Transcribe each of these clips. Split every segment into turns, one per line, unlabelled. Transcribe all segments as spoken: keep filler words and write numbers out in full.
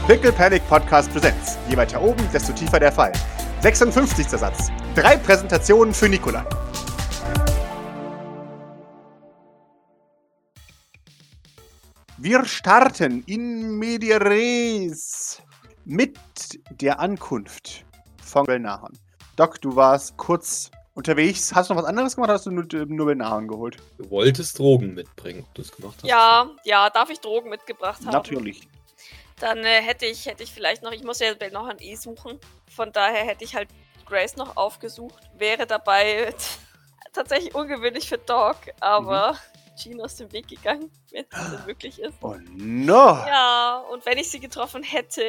Pickle Panic Podcast Präsenz. Je weiter oben, desto tiefer der Fall. sechsundfünfzigster Satz. Drei Präsentationen für Nikolai. Wir starten in Media Res mit der Ankunft von Belnahon. Doc, du warst kurz unterwegs. Hast du noch was anderes gemacht oder hast du nur, nur Belnahon geholt?
Du wolltest Drogen mitbringen, ob du es gemacht hast.
Ja, ja, darf ich Drogen mitgebracht haben?
Natürlich.
Dann äh, hätte ich hätte ich vielleicht noch, ich muss ja Belnahon eh suchen, von daher hätte ich halt Grace noch aufgesucht. Wäre dabei t- tatsächlich ungewöhnlich für Doc, aber mhm. Jean aus dem Weg gegangen, wenn es denn möglich ist.
Oh no!
Ja, und wenn ich sie getroffen hätte,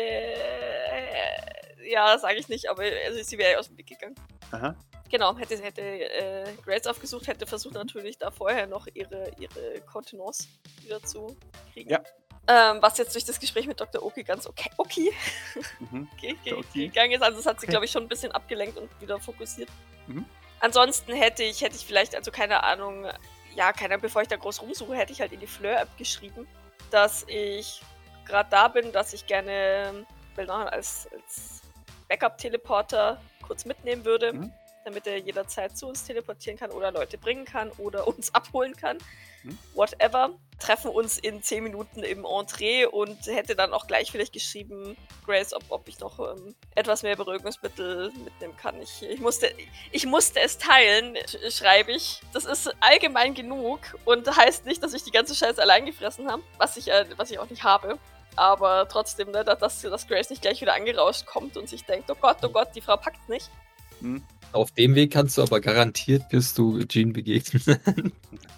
äh, ja, sage ich nicht, aber also, sie wäre ja aus dem Weg gegangen.
Aha.
Genau, hätte, hätte äh, Grace aufgesucht, hätte versucht natürlich da vorher noch ihre, ihre Kontenance wieder zu kriegen.
Ja.
Ähm, was jetzt durch das Gespräch mit Doktor Oki ganz okay, okay.
Mhm.
okay, okay,
Okay.
gegangen ist. Also das hat sie,
Okay.
glaube ich, schon ein bisschen abgelenkt und wieder fokussiert.
Mhm.
Ansonsten hätte ich, hätte ich vielleicht, also keine Ahnung, ja, keine Ahnung, bevor ich da groß rumsuche, hätte ich halt in die Fleur-App geschrieben, dass ich gerade da bin, dass ich gerne Belnahon als, als Backup-Teleporter kurz mitnehmen würde,
Mhm.
damit er jederzeit zu uns teleportieren kann oder Leute bringen kann oder uns abholen kann.
Mhm.
Whatever. Treffen uns in zehn Minuten im Entree und hätte dann auch gleich vielleicht geschrieben, Grace, ob, ob ich noch ähm, etwas mehr Beruhigungsmittel mitnehmen kann. Ich, ich, musste, ich musste es teilen, sch- schreibe ich. Das ist allgemein genug und heißt nicht, dass ich die ganze Scheiße allein gefressen habe, was ich, äh, was ich auch nicht habe. Aber trotzdem, ne, dass, dass Grace nicht gleich wieder angerauscht kommt und sich denkt, oh Gott, oh Gott, die Frau packt's nicht.
Mhm.
Auf dem Weg kannst du aber garantiert wirst du Jean begegnen.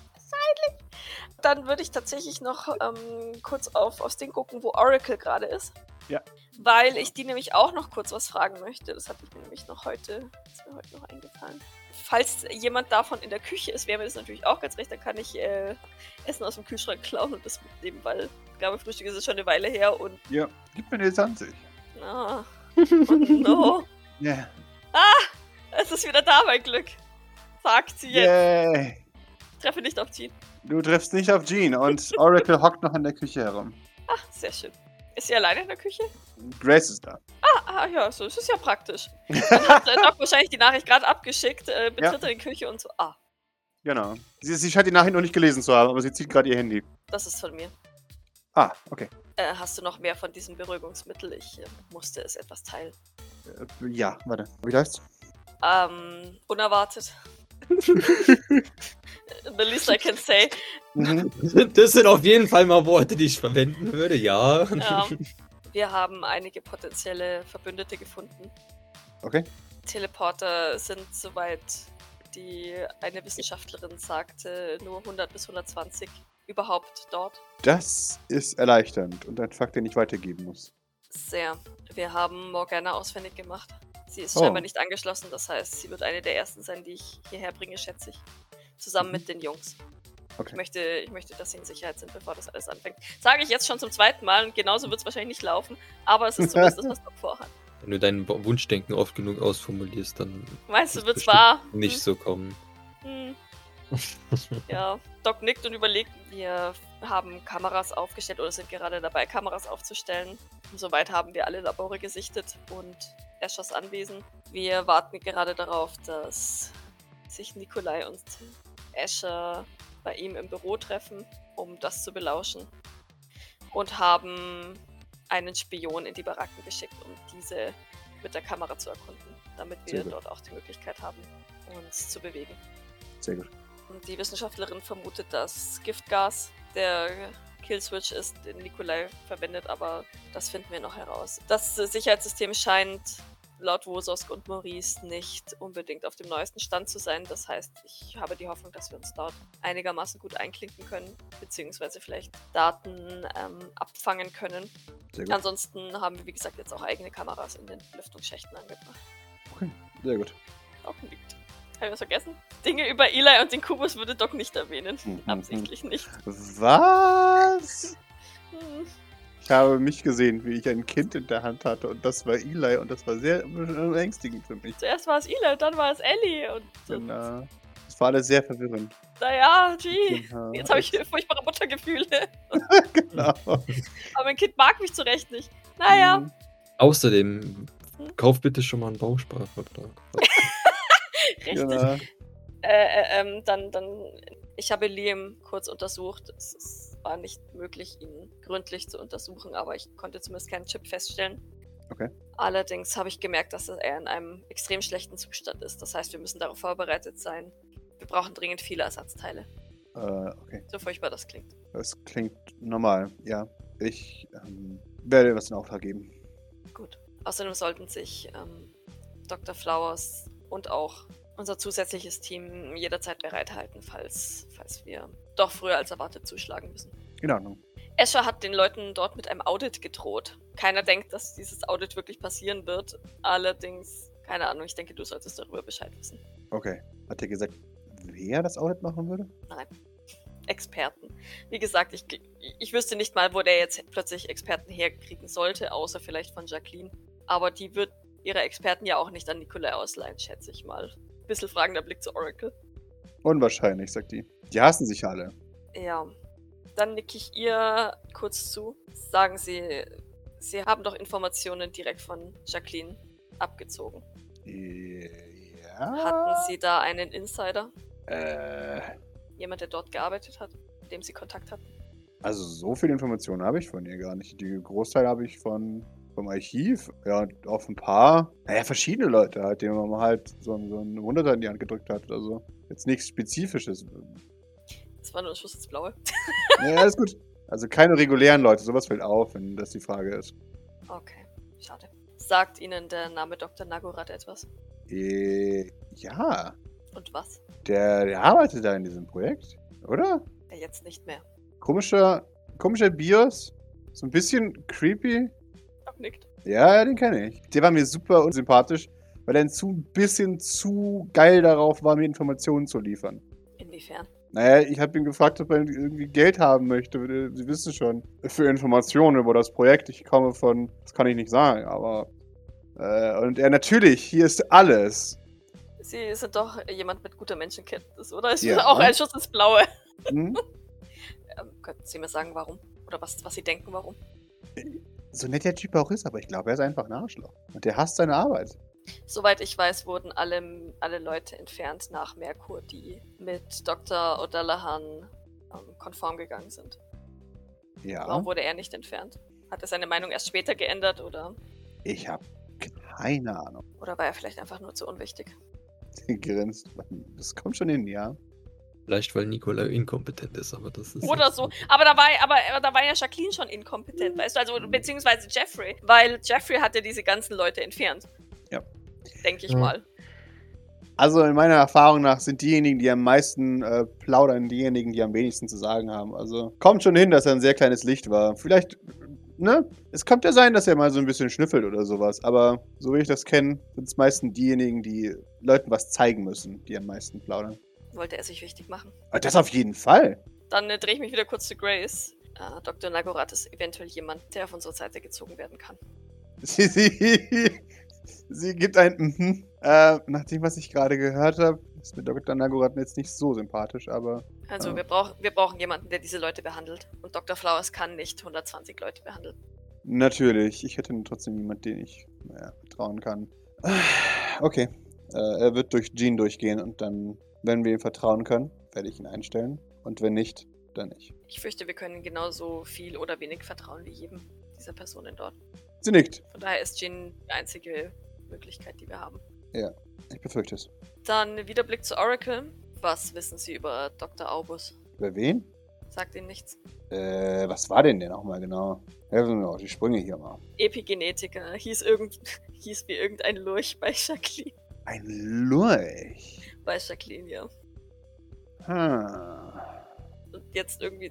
Dann würde ich tatsächlich noch ähm, kurz auf, aufs Ding gucken, wo Oracle gerade ist.
Ja.
Weil ich die nämlich auch noch kurz was fragen möchte. Das habe ich mir nämlich noch heute, ist mir heute noch eingefallen. Falls jemand davon in der Küche ist, wäre mir das natürlich auch ganz recht. Dann kann ich äh, Essen aus dem Kühlschrank klauen und das mitnehmen, weil ich glaube, Frühstück ist es schon eine Weile her und
Ja, gib mir die zwanzig.
ah, oh no.
Ja.
Es ist wieder da, mein Glück. Sagt sie jetzt.
Yay.
Treffe nicht auf Jean.
Du triffst nicht auf Jean und Oracle hockt noch in der Küche herum.
Ah, sehr schön. Ist sie alleine in der Küche?
Grace ist da.
Ah, ah ja, so, das ist ja praktisch. Dann hat äh, Doc wahrscheinlich die Nachricht gerade abgeschickt, äh, betritt er die Küche und so, ah,
Genau. Sie, sie scheint die Nachricht noch nicht gelesen zu haben, aber sie zieht gerade ihr Handy.
das ist von mir.
Ah, okay.
Äh, hast du noch mehr von diesem Beruhigungsmittel? Ich äh, musste es etwas teilen.
Äh, ja, warte. Wie heißt's?
Ähm, unerwartet. The least I can say.
Mhm.
Das sind auf jeden Fall mal Worte, die ich verwenden würde, ja.
Ja, wir haben einige potenzielle Verbündete gefunden.
Okay.
Teleporter sind, soweit die eine Wissenschaftlerin sagte, nur hundert bis hundertzwanzig überhaupt dort.
Das ist erleichternd und ein Fakt, den ich weitergeben muss.
Sehr. Wir haben Morgana ausfindig gemacht. Sie ist
Oh.
scheinbar nicht angeschlossen, das heißt, sie wird eine der ersten sein, die ich hierher bringe, schätze ich. Zusammen
Mhm.
mit den Jungs. Ich
Okay.
möchte, ich möchte, dass sie in Sicherheit sind, bevor das alles anfängt. Sage ich jetzt schon zum zweiten Mal und genauso wird es wahrscheinlich nicht laufen, aber es ist zumindest das, was Doc vorhat.
Wenn du dein Wunschdenken oft genug ausformulierst, dann
Meinst du,
wird's
wird's
bestimmt
wahr?
nicht so kommen.
Hm. Ja, Doc nickt und überlegt, wir haben Kameras aufgestellt oder sind gerade dabei, Kameras aufzustellen. Soweit haben wir alle Labore gesichtet und Eschers Anwesen. Wir warten gerade darauf, dass sich Nikolai und Escher bei ihm im Büro treffen, um das zu belauschen. Und haben einen Spion in die Baracken geschickt, um diese mit der Kamera zu erkunden, damit wir
Sehr gut.
dort auch die Möglichkeit haben, uns zu bewegen.
Sehr gut.
Und die Wissenschaftlerin vermutet, dass Giftgas der Killswitch ist, den Nikolai verwendet, aber das finden wir noch heraus. Das äh, Sicherheitssystem scheint laut Wososk und Maurice nicht unbedingt auf dem neuesten Stand zu sein. Das heißt, ich habe die Hoffnung, dass wir uns dort einigermaßen gut einklinken können, beziehungsweise vielleicht Daten ähm, abfangen können.
Sehr gut.
Ansonsten haben wir, wie gesagt, jetzt auch eigene Kameras in den Lüftungsschächten angebracht.
Okay. Sehr gut.
Doc nickt. Habe ich was vergessen? Dinge über Eli und den Kubus würde Doc nicht erwähnen.
Mhm.
Absichtlich nicht.
Was?
Hm.
Ich habe mich gesehen, wie ich ein Kind in der Hand hatte und das war Eli und das war sehr ängstigend für mich.
Zuerst war es Eli, dann war es Ellie und, und
Genau. Das war alles sehr verwirrend.
naja, gee.
Genau.
Jetzt habe ich furchtbare Muttergefühle.
Genau.
Aber mein Kind mag mich zu Recht nicht. Naja.
Mhm.
Außerdem, kauf bitte schon mal einen Bausparvertrag.
Richtig.
Genau.
Äh, äh, ähm, dann, dann, ich habe Liam kurz untersucht. Es, es war nicht möglich, ihn gründlich zu untersuchen, aber ich konnte zumindest keinen Chip feststellen.
Okay.
Allerdings habe ich gemerkt, dass er in einem extrem schlechten Zustand ist. Das heißt, wir müssen darauf vorbereitet sein. Wir brauchen dringend viele Ersatzteile.
Äh, okay.
So furchtbar das klingt.
Das klingt normal, ja. Ich ähm, werde was in Auftrag geben.
Gut. Außerdem sollten sich ähm, Doktor Flowers und auch unser zusätzliches Team jederzeit bereithalten, falls, falls wir doch früher als erwartet zuschlagen müssen.
In Ordnung.
Escher hat den Leuten dort mit einem Audit gedroht. Keiner denkt, dass dieses Audit wirklich passieren wird. Allerdings, keine Ahnung, ich denke, du solltest darüber Bescheid wissen.
Okay. Hat er gesagt, wer das Audit machen würde?
Nein. Experten. Wie gesagt, ich, ich wüsste nicht mal, wo der jetzt plötzlich Experten herkriegen sollte, außer vielleicht von Jacqueline. Aber die wird ihre Experten ja auch nicht an Nikolai ausleihen, schätze ich mal. Bisschen fragender Blick zu Oracle.
Unwahrscheinlich, sagt die. Die hassen sich alle.
Ja. Dann nicke ich ihr kurz zu. Sagen Sie, Sie haben doch Informationen direkt von Jacqueline abgezogen.
Ja.
Hatten Sie da einen Insider?
Äh,
Jemand, der dort gearbeitet hat, mit dem Sie Kontakt hatten?
also so viele Informationen habe ich von ihr gar nicht. Die Großteil habe ich von vom Archiv. Ja, auf ein paar. Naja, verschiedene Leute halt, denen man halt so, so ein Hunderter in die Hand gedrückt hat oder so. Jetzt nichts Spezifisches.
Das war nur ein Schuss ins Blaue.
Ja, alles gut. Also keine regulären Leute. Sowas fällt auf, wenn das die Frage ist.
Okay, schade. Sagt Ihnen der Name Doktor Nagorath etwas?
Äh, ja.
Und was?
Der, der arbeitet da in diesem Projekt, oder?
Er jetzt nicht mehr.
Komischer, komischer Bios. So ein bisschen creepy.
Doc nickt.
Ja, den kenne ich. Der war mir super unsympathisch, weil er ein zu, bisschen zu geil darauf war, mir Informationen zu liefern.
Inwiefern?
Naja, ich habe ihn gefragt, ob er irgendwie Geld haben möchte. Sie wissen schon, für Informationen über das Projekt. Ich komme von, das kann ich nicht sagen, aber... Äh, und er natürlich, hier ist alles.
Sie sind doch jemand mit guter Menschenkenntnis, oder? Ist
Ja.
auch ein Schuss ins Blaue.
Hm?
Ähm, könnten Sie mir sagen, warum? Oder was, was Sie denken, warum?
So nett der Typ auch ist, aber ich glaube, er ist einfach ein Arschloch. Und der hasst seine Arbeit.
Soweit ich weiß, wurden alle, alle Leute entfernt nach Merkur, die mit Doktor O'Dallahan ähm, konform gegangen sind.
Ja.
Warum wurde er nicht entfernt? Hat er seine Meinung erst später geändert oder,
Ich habe keine Ahnung.
oder war er vielleicht einfach nur zu unwichtig?
Sie grinst. Das kommt schon hin, ja.
Vielleicht, weil Nikolai inkompetent ist, aber das ist...
Oder so. Aber da war, aber, aber da war ja Jacqueline schon inkompetent, weißt du? Also, beziehungsweise Jeffrey. Weil Jeffrey hat ja diese ganzen Leute entfernt.
Ja.
Denke ich
Ja.
mal.
Also in meiner Erfahrung nach sind diejenigen, die am meisten äh, plaudern, diejenigen, die am wenigsten zu sagen haben. Also kommt schon hin, dass er ein sehr kleines Licht war. Vielleicht, ne? Es könnte ja sein, dass er mal so ein bisschen schnüffelt oder sowas. Aber so wie ich das kenne, sind es meistens diejenigen, die Leuten was zeigen müssen, die am meisten plaudern.
Wollte er sich wichtig machen.
Aber das auf jeden Fall.
Dann äh, drehe ich mich wieder kurz zu Grace. Äh, Doktor Nagorath ist eventuell jemand, der auf unsere Seite gezogen werden kann.
Sie, sie, sie gibt ein mhm. Äh, nach dem, was ich gerade gehört habe, ist mir Doktor Nagorath jetzt nicht so sympathisch, aber...
Also,
Ja.
wir, brauch, wir brauchen jemanden, der diese Leute behandelt. Und Doktor Flowers kann nicht hundertzwanzig Leute behandeln.
Natürlich, ich hätte nur trotzdem jemanden, den ich naja, vertrauen kann. Okay, äh, er wird durch Jean durchgehen und dann, wenn wir ihm vertrauen können, werde ich ihn einstellen. Und wenn nicht, dann nicht.
Ich fürchte, wir können genauso viel oder wenig vertrauen wie jedem dieser Personen dort.
Sie nickt.
Von daher ist Jean die einzige Möglichkeit, die wir haben.
Ich befürchte es.
Dann wieder Blick zu Oracle. Was wissen Sie über Doktor Aubus?
Über wen?
Sagt Ihnen nichts.
Äh, was war denn der nochmal genau? Helfen wir auf die Sprünge hier mal.
Epigenetiker. Hieß, irgend, hieß wie irgendein Lurch bei Jacqueline.
Ein Lurch.
Bei Jacqueline, ja.
Hm.
Und jetzt irgendwie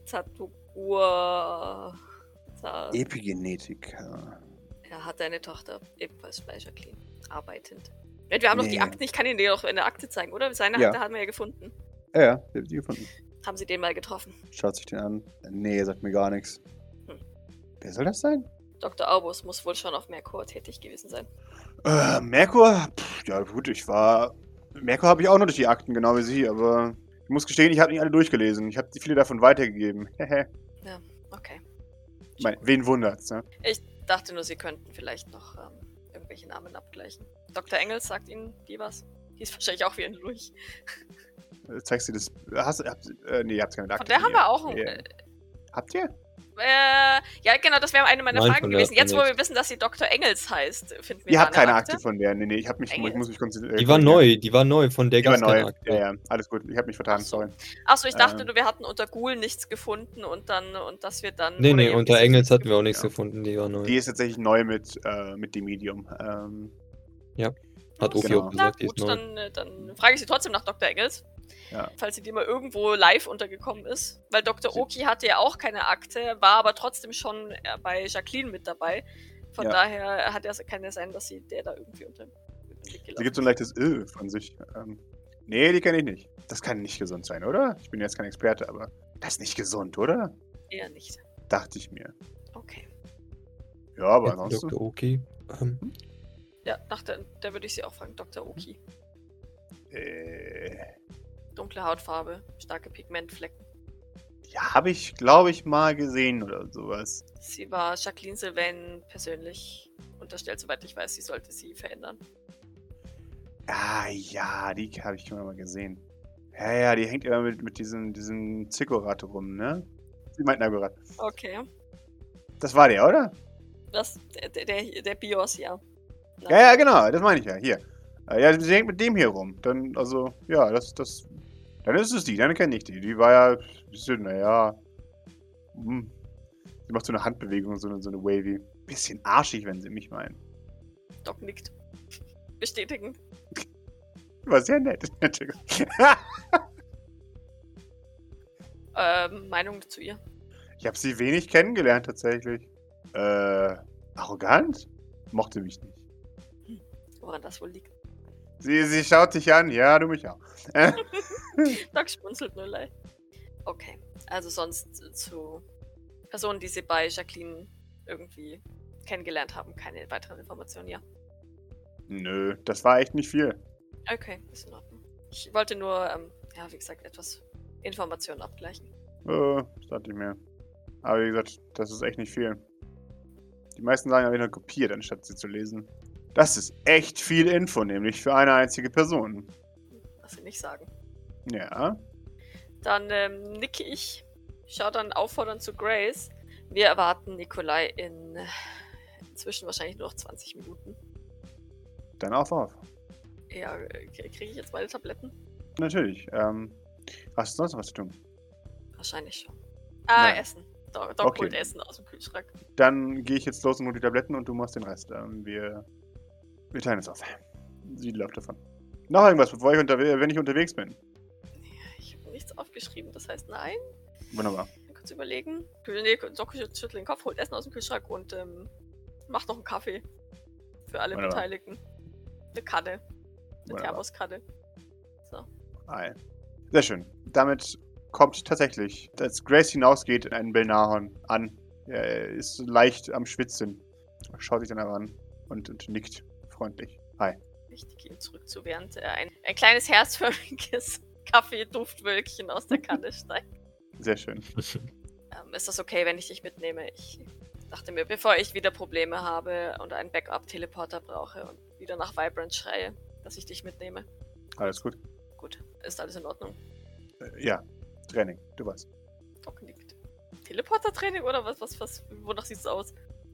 Zatugur. Zat
Epigenetiker.
Er hat eine Tochter, ebenfalls bei Jacqueline, arbeitend. Ja, wir haben noch
Nee.
die Akten, ich kann Ihnen die doch in der Akte zeigen, oder? Seine
Ja.
Akte haben wir ja gefunden.
Ja, ja, wir haben die gefunden.
Haben Sie den mal getroffen?
Schaut sich den an. Nee, sagt mir gar nichts.
Hm.
Wer soll das sein?
Doktor Aubus muss wohl schon auf Merkur tätig gewesen sein.
Äh, Merkur? Pff, ja gut, ich war... Merkur habe ich auch nur durch die Akten, genau wie Sie, aber... Ich muss gestehen, ich habe nicht alle durchgelesen. Ich habe viele davon weitergegeben. Hehe.
Okay.
Mein, wen wundert's, ne?
dachte nur, sie könnten vielleicht noch ähm, irgendwelche Namen abgleichen. Doktor Engels, sagt Ihnen die was? Die ist wahrscheinlich auch wie ein Lurch.
Zeigst du das? Hast, habt, äh, nee, ihr habt keine Akte.
Von der haben wir auch.
Ja.
Äh,
Habt ihr?
Äh, ja, genau, das wäre eine meiner
Nein,
Fragen
von der
gewesen. Jetzt, wo
nicht.
wir wissen, dass sie Doktor Engels heißt, finden wir
Ihr
da
habt
eine
keine
Akte?
Akte von der. Nee, nee, ich, hab mich, ich
Engels?
muss mich konzentrieren.
Die war neu, die war neu, von der
Die war
gab es keine
neu.
Akte.
Ja, ja, alles gut. Ich habe mich vertan,
Ach so.
sorry.
Achso, ich dachte,
Ähm.
du, wir hatten unter Ghoul nichts gefunden und dann und dass wir dann.
Nee,
oder
nee,
ihrem
unter
Gesicht
Engels
nichts
hatten wir auch nichts
ja.
gefunden, die war neu.
Die ist tatsächlich neu mit, äh, mit dem Medium. Ähm,
Hat Oki
Genau.
auch
Na
gesagt, die ist
gut,
neu.
dann, äh, dann frage ich sie trotzdem nach Doktor Engels.
Ja.
Falls sie die mal irgendwo live untergekommen ist. Weil Doktor
Sie-
Oki hatte ja auch keine Akte, war aber trotzdem schon äh, bei Jacqueline mit dabei. Von
Ja.
daher hat es, kann ja sein, dass sie der da irgendwie unter den Weg
sie
gelaufen
gibt so ein leichtes Öl von sich. Ähm, nee, die kenne ich nicht. Das kann nicht gesund sein, oder? Ich bin jetzt kein Experte, aber das ist nicht gesund, oder?
ist. Eher nicht.
Dachte ich mir.
Okay.
Ja, aber
Jetzt
ansonsten.
Doktor Oki. Ähm,
Ja, nach der, der würde ich sie auch fragen. Doktor Oki.
Äh,
Dunkle Hautfarbe, starke Pigmentflecken.
ja, habe ich, glaube ich, mal gesehen oder sowas.
Sie war Jacqueline Sylvain persönlich unterstellt, soweit ich weiß, sie sollte sie verändern.
Ah, ja, die habe ich immer mal gesehen. Ja, ja, die hängt immer mit, mit diesem, diesem Zikorat rum, ne? Sie meint Nagorat.
Okay.
Das war der, oder?
Das, der, der, der, der Bios, ja. Nein.
Ja, ja, genau, das meine ich ja. Hier. Äh, Ja, sie hängt mit dem hier rum. Dann, also, ja, das, das. Dann ist es die, dann kenne ich die. Die war ja, bisschen, naja. Hm. Sie macht so eine Handbewegung, so eine, so eine Wavy. Bisschen arschig, wenn sie mich meinen.
Doc nickt. Bestätigen.
War sehr nett. Entschuldigung.
Ähm, Meinung zu ihr.
Ich habe sie wenig kennengelernt, tatsächlich. Äh, arrogant? Mochte mich nicht.
Woran das wohl liegt.
Sie, sie schaut dich an, ja, du mich auch. Äh,
Doc schmunzelt nur leicht. Okay. Also sonst zu Personen, die sie bei Jacqueline irgendwie kennengelernt haben, keine weiteren Informationen, ja.
Nö, das war echt nicht viel.
Okay, ist in Ordnung. Ich wollte nur, ähm, ja, wie gesagt, etwas Informationen abgleichen.
Äh, das dachte ich mir. Aber wie gesagt, das ist echt nicht viel. Die meisten sagen, habe ich noch kopiert, anstatt sie zu lesen. Das ist echt viel Info, nämlich für eine einzige Person.
Was sie nicht sagen.
Ja.
Dann ähm, nicke ich, schau dann auffordernd zu Grace. Wir erwarten Nikolai in äh, inzwischen wahrscheinlich nur noch zwanzig Minuten.
Dann auf, auf.
Ja, äh, kriege ich jetzt meine Tabletten?
Natürlich. Ähm, hast du sonst noch was zu tun?
Wahrscheinlich schon. Ah,
Nein.
Essen. Doc, Doc
Okay.
holt Essen aus dem Kühlschrank.
Dann gehe ich jetzt los und hole die Tabletten und du machst den Rest. Ähm, wir, wir teilen es auf. Sie läuft davon. Noch irgendwas, bevor ich unter wenn ich unterwegs bin.
Ich habe nichts aufgeschrieben, das heißt nein.
Wunderbar.
Kurz überlegen. Nee, Doc schüttelt den Kopf, holt Essen aus dem Kühlschrank und ähm, macht noch einen Kaffee. Für alle
Wunderbar.
Beteiligten. Eine Kanne. Eine
Wunderbar.
Thermoskanne. So.
Ei. Sehr schön. Damit kommt tatsächlich, als Grace hinausgeht, ein Belnahon an. Er ist leicht am Schwitzen. Schaut sich dann aber an und, und nickt freundlich. Hi.
Ich gehe ihm zurück zu, während er ein, ein kleines herzförmiges Kaffeeduftwölkchen aus der Kanne steigt.
Sehr schön.
Ähm, ist das okay, wenn ich dich mitnehme? Ich dachte mir, bevor ich wieder Probleme habe und einen Backup-Teleporter brauche und wieder nach Vibrant schreie, dass ich dich mitnehme.
Alles gut.
Gut, ist alles in Ordnung.
Äh, ja, Training, du weißt.
Doc nickt. Teleporter-Training oder was, was, was, wonach sieht's aus?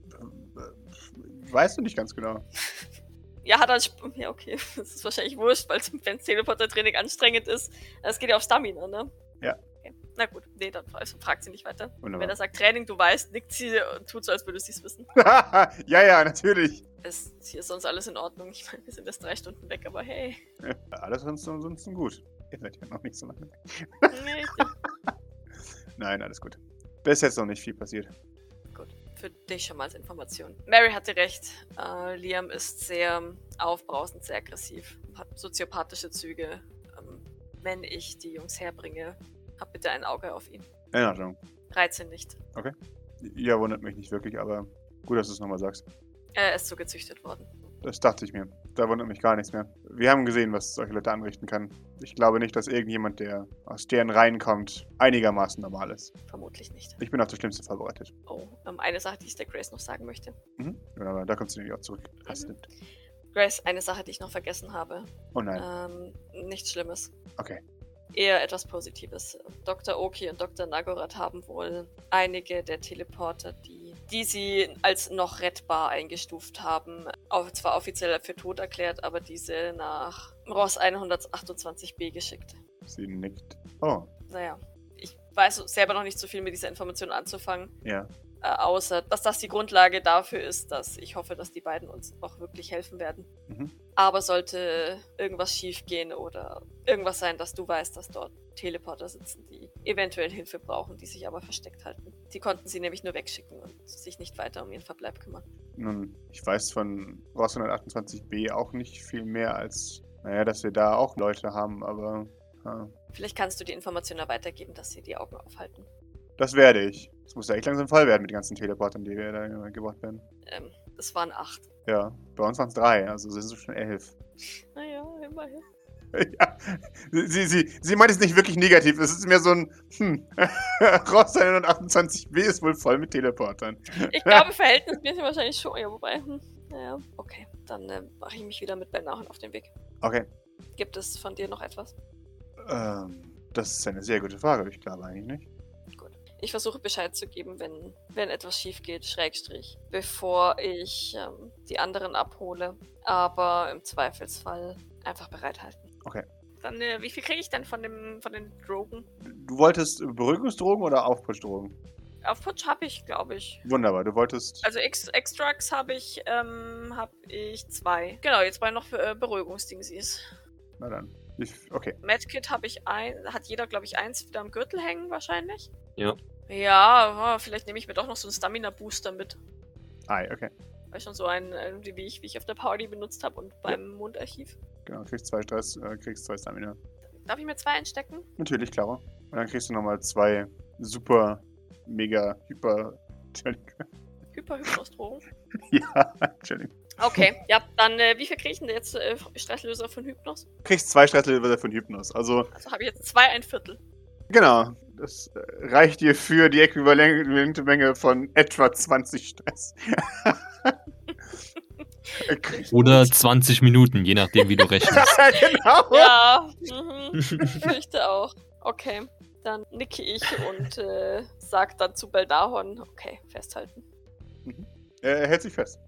Äh, Weißt du nicht ganz genau.
Ja, hat er. Sp- Ja, okay. Das ist wahrscheinlich wurscht, weil wenn Teleporter-Training anstrengend ist, es geht ja auf Stamina, ne?
Ja.
Okay. Na gut, nee, dann also fragt sie nicht weiter.
Wunderbar.
Wenn er sagt Training, du weißt, nickt sie und tut so, als würde sie es wissen.
ja, ja, natürlich.
Ist hier ist sonst alles in Ordnung. Ich meine, wir sind erst drei Stunden weg, aber hey.
Ja, alles ansonsten ansonsten gut. Ihr seid ja noch nicht so lange.
Nee,
Nein, alles gut. Bis jetzt noch nicht viel passiert.
gut. Für dich schon mal als Information. Mary hatte recht. Äh, Liam ist sehr aufbrausend, sehr aggressiv. Hat soziopathische Züge. Ähm, wenn ich die Jungs herbringe, hab bitte ein Auge auf ihn.
In Ordnung.
Reiz ihn nicht.
Ja, wundert mich nicht wirklich, aber gut, dass du es nochmal sagst.
Er ist so gezüchtet worden.
Das dachte ich mir. da wundert mich gar nichts mehr. Wir haben gesehen, was solche Leute anrichten kann. Ich glaube nicht, dass irgendjemand, der aus deren Reihen kommt, einigermaßen normal ist.
Vermutlich nicht.
Ich bin auf das Schlimmste vorbereitet.
Oh, ähm, eine Sache, die ich der Grace noch sagen möchte.
Mhm. Ja, aber da kommst du nämlich auch zurück.
Mhm. Grace, eine Sache, die ich noch vergessen habe.
Oh nein.
Ähm, nichts Schlimmes.
Okay.
Eher etwas Positives. Doktor Oki und Doktor Nagorath haben wohl einige der Teleporter, die, die sie als noch rettbar eingestuft haben, auch zwar offiziell für tot erklärt, aber diese nach Ross hundertachtundzwanzig b geschickt.
Sie nickt. Oh.
Naja, ich weiß selber noch nicht so viel mit dieser Information anzufangen.
Ja.
Äh, außer, dass das die Grundlage dafür ist, dass ich hoffe, dass die beiden uns auch wirklich helfen werden.
Mhm.
Aber sollte irgendwas schief gehen oder irgendwas sein, dass du weißt, dass dort Teleporter sitzen, die eventuell Hilfe brauchen, die sich aber versteckt halten. Die konnten sie nämlich nur wegschicken und sich nicht weiter um ihren Verbleib kümmern.
Nun, ich weiß von Ross hundertachtundzwanzig b auch nicht viel mehr als, naja, dass wir da auch Leute haben, aber... Ja.
Vielleicht kannst du die Information ja weitergeben, dass sie die Augen aufhalten.
Das werde ich. Es muss ja echt langsam voll werden mit den ganzen Teleportern, die wir da gebracht werden.
Ähm, es waren acht.
Ja, bei uns waren es drei, also sind es schon elf.
Naja, immerhin.
Ja, sie, sie, sie meint es nicht wirklich negativ. Es ist mehr so ein, hm, Ross hundertachtundzwanzig b ist wohl voll mit Teleportern.
Ich glaube, verhältnismäßig wahrscheinlich schon. Ja, wobei, hm, naja, okay. Dann äh, mache ich mich wieder mit Belnahon auf den Weg.
Okay.
Gibt es von dir noch etwas?
Ähm, das ist eine sehr gute Frage. Ich glaube eigentlich nicht.
Gut. Ich versuche Bescheid zu geben, wenn, wenn etwas schief geht, Schrägstrich, bevor ich ähm, die anderen abhole. Aber im Zweifelsfall einfach bereithalten.
Okay.
Dann, äh, wie viel kriege ich denn von, dem, von den Drogen?
Du wolltest Beruhigungsdrogen oder Aufputschdrogen?
Aufputsch habe ich, glaube ich.
Wunderbar, du wolltest...
Also Extracts habe ich, ähm, habe ich zwei. Genau, jetzt zwei noch für äh, Beruhigungsdingsies.
Na dann. Ich, okay.
Medkit habe ich ein, hat jeder, glaube ich, eins wieder am Gürtel hängen wahrscheinlich.
Ja.
Ja, oh, vielleicht nehme ich mir doch noch so einen Stamina-Booster mit.
Ah, okay.
Weil schon so einen, äh, wie ich, wie ich auf der Party benutzt habe und beim ja. Mondarchiv.
Genau, kriegst zwei Stress, äh, kriegst zwei Stamina.
Darf ich mir zwei einstecken?
Natürlich, klar. Und dann kriegst du nochmal zwei super, mega, hyper...
Hyper-Hypnos-Drogen?
Ja, Entschuldigung.
Okay, ja, dann äh, wie viel krieg ich denn jetzt äh, Stresslöser von Hypnos?
Du kriegst zwei Stresslöser von Hypnos, also...
Also habe ich jetzt zwei, ein Viertel.
Genau, das äh, reicht dir für die äquivalente Menge von etwa zwanzig Stress.
Oder zwanzig Minuten, je nachdem, wie du rechnest.
Genau.
Ja, mhm. Ich fürchte auch. Okay, dann nicke ich und äh, sag dann zu Beldahon, okay, festhalten.
Mhm. Er hält sich fest.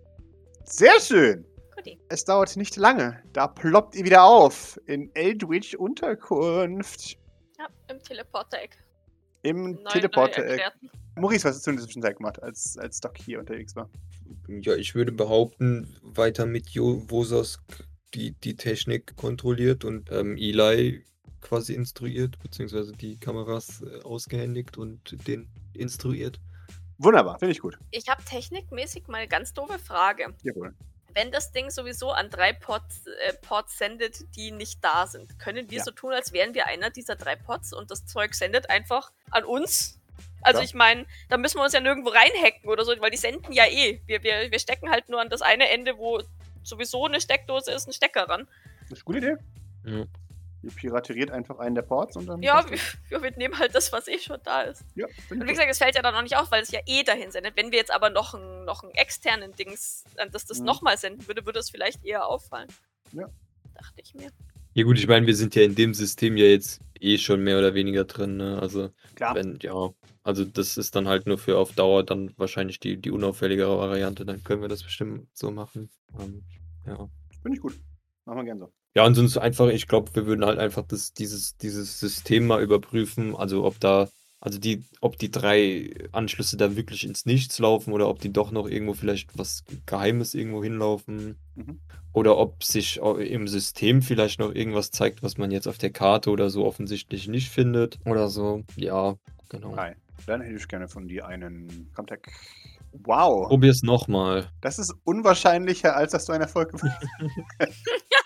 Sehr schön.
Guti.
Es dauert nicht lange. Da ploppt ihr wieder auf. In Eldritch Unterkunft.
Ja, im Teleporter-Eck.
Im
Neu-
Teleporter-Eck.
neu erklärten.
Maurice, was hast du in der Zwischenzeit gemacht, als, als Doc hier unterwegs war?
Ja, ich würde behaupten, weiter mit Jo Vosos die, die Technik kontrolliert und ähm, Eli quasi instruiert, beziehungsweise die Kameras äh, ausgehändigt und den instruiert.
Wunderbar, finde ich gut.
Ich habe technikmäßig mal eine ganz doofe Frage.
Jawohl.
Wenn das Ding sowieso an drei Pods, äh, Pods sendet, die nicht da sind, können wir
Ja.
so tun, als wären wir einer dieser drei Pods und das Zeug sendet einfach an uns? Also
Ja.
ich meine, da müssen wir uns ja nirgendwo reinhacken oder so, weil die senden ja eh. Wir, wir, wir stecken halt nur an das eine Ende, wo sowieso eine Steckdose ist, einen Stecker ran.
Das ist eine gute Idee.
Ja.
Ihr pirateriert einfach einen der Ports und dann...
Ja,
passt
wir,
das.
wir nehmen halt das, was eh schon da ist.
Ja,
Und
finde
wie
ich gut.
gesagt, es fällt ja dann noch nicht auf, weil es ja eh dahin sendet. Wenn wir jetzt aber noch einen, noch einen externen Dings, äh, dass das
Mhm.
nochmal senden würde, würde es vielleicht eher auffallen.
Ja.
Dachte ich mir.
Ja gut, ich meine, wir sind ja in dem System ja jetzt eh schon mehr oder weniger drin, ne? Also,
Klar.
wenn, ja, also das ist dann halt nur für auf Dauer dann wahrscheinlich die, die unauffälligere Variante, dann können wir das bestimmt so machen. Ähm, ja.
Finde ich gut. Machen wir gern so.
Ja, und sonst einfach, ich glaube, wir würden halt einfach das, dieses, dieses System mal überprüfen, also ob da, also die, ob die drei Anschlüsse da wirklich ins Nichts laufen oder ob die doch noch irgendwo vielleicht was Geheimes irgendwo hinlaufen.
Mhm.
Oder ob sich au- im System vielleicht noch irgendwas zeigt, was man jetzt auf der Karte oder so offensichtlich nicht findet. Oder so. Ja, genau.
Hi. Dann hätte ich gerne von dir einen Kontakt. Wow.
Probier's nochmal.
Das ist unwahrscheinlicher, als dass du einen Erfolg gemacht hast.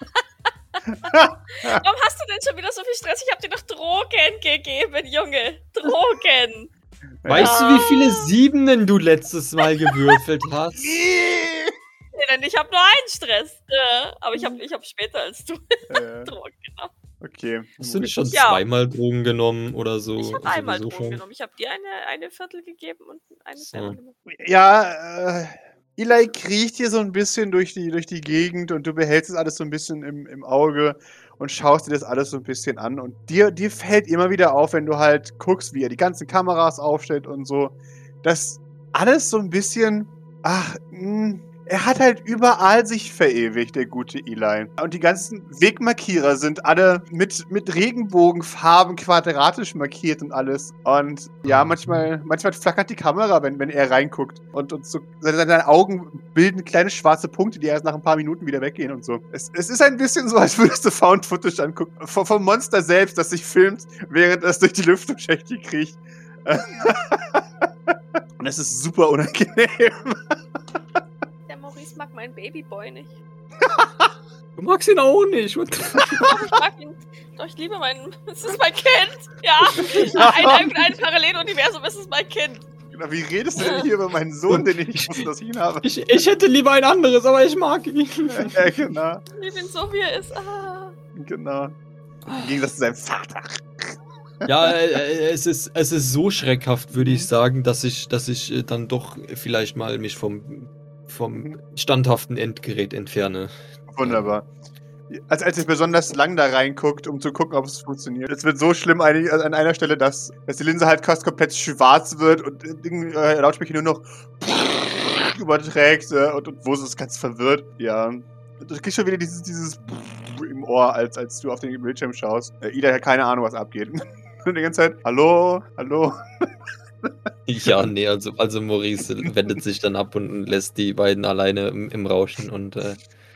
Warum hast du denn schon wieder so viel Stress? Ich hab dir doch Drogen gegeben, Junge. Drogen.
Weißt du, wie viele Siebenen du letztes Mal gewürfelt hast?
Ja, dann einen, ich habe nur einen Stress. Äh, aber ich habe ich hab später als du
Äh,
Drogen genommen.
okay.
Hast du nicht schon
Ja.
zweimal Drogen genommen oder so?
Ich habe einmal
Sowieso
Drogen
schon?
genommen. Ich habe dir eine, eine Viertel gegeben und eine
So.
selber genommen.
Ja, äh, Eli kriecht hier so ein bisschen durch die, durch die Gegend und du behältst es alles so ein bisschen im, im Auge und schaust dir das alles so ein bisschen an. Und dir, dir fällt immer wieder auf, wenn du halt guckst, wie er die ganzen Kameras aufstellt und so, dass alles so ein bisschen, ach, mh, er hat halt überall sich verewigt, der gute Eli. Und die ganzen Wegmarkierer sind alle mit, mit Regenbogenfarben quadratisch markiert und alles. Und ja, manchmal, manchmal flackert die Kamera, wenn, wenn er reinguckt. Und, und so, seine, seine Augen bilden kleine schwarze Punkte, die erst nach ein paar Minuten wieder weggehen und so. Es, es ist ein bisschen so, als würdest du Found Footage angucken. Vom, vom Monster selbst, das sich filmt, während es durch die Lüftungsschächte kriecht. Und es ist super unangenehm.
Der Maurice mag meinen Babyboy nicht.
Du magst ihn auch nicht. What the fuck?
Doch, ich mag ihn. Doch, ich liebe meinen. Es ist mein Kind. Ja. Ein, ein, ein Paralleluniversum, es ist mein Kind.
Wie redest du denn hier über meinen Sohn, den ich nicht wusste, dass ich ihn habe?
Ich, ich hätte lieber ein anderes, aber ich mag ihn.
Ja, genau.
Ich liebe ihn so, wie er ist. Ah.
Genau. Im Gegensatz zu seinem Vater.
Ja, äh, es ist, es ist so schreckhaft, würde ich sagen, dass ich, dass ich äh, dann doch vielleicht mal mich vom, vom standhaften Endgerät entferne.
Wunderbar. Als, als ich besonders lang da reinguckt, um zu gucken, ob es funktioniert. Es wird so schlimm einig, also an einer Stelle, dass, dass die Linse halt fast komplett schwarz wird und äh, Lautsprecher nur noch überträgt äh, und, und wo ist es ganz verwirrt. Ja. Du kriegst schon wieder dieses, dieses im Ohr, als, als du auf den Bildschirm schaust. Äh, Ida hat keine Ahnung, was abgeht. Und die ganze Zeit, hallo, hallo.
Ja, nee, also, also Maurice wendet sich dann ab und lässt die beiden alleine im, im Rauschen und äh,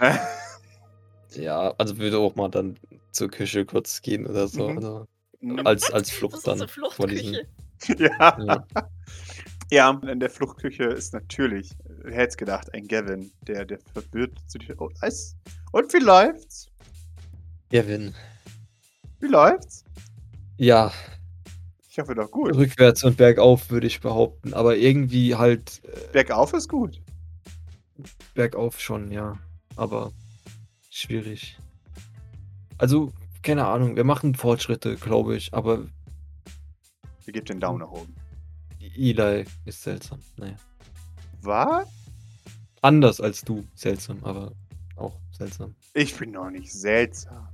ja, also würde auch mal dann zur Küche kurz gehen oder so.
Mhm.
Also
Mhm.
als, als
Das
Flucht
ist
dann.
unsere
Vor diesem,
Fluchtküche.
Ja.
ja.
Ja, in der Fluchtküche ist natürlich, wer hätte es gedacht, ein Gavin, der, der verwirrt zu dir. Oh, Eis. Und wie läuft's?
Gavin.
Wie läuft's?
Ja,
Ich hoffe doch gut.
rückwärts und bergauf würde ich behaupten, aber irgendwie halt äh,
Bergauf ist gut.
bergauf schon, ja. Aber schwierig. Also, keine Ahnung, wir machen Fortschritte, glaube ich, aber
Ihr gebt den Daumen nach oben.
Eli ist seltsam. Naja.
Was?
Anders als du, seltsam, aber auch seltsam.
Ich bin noch nicht seltsam.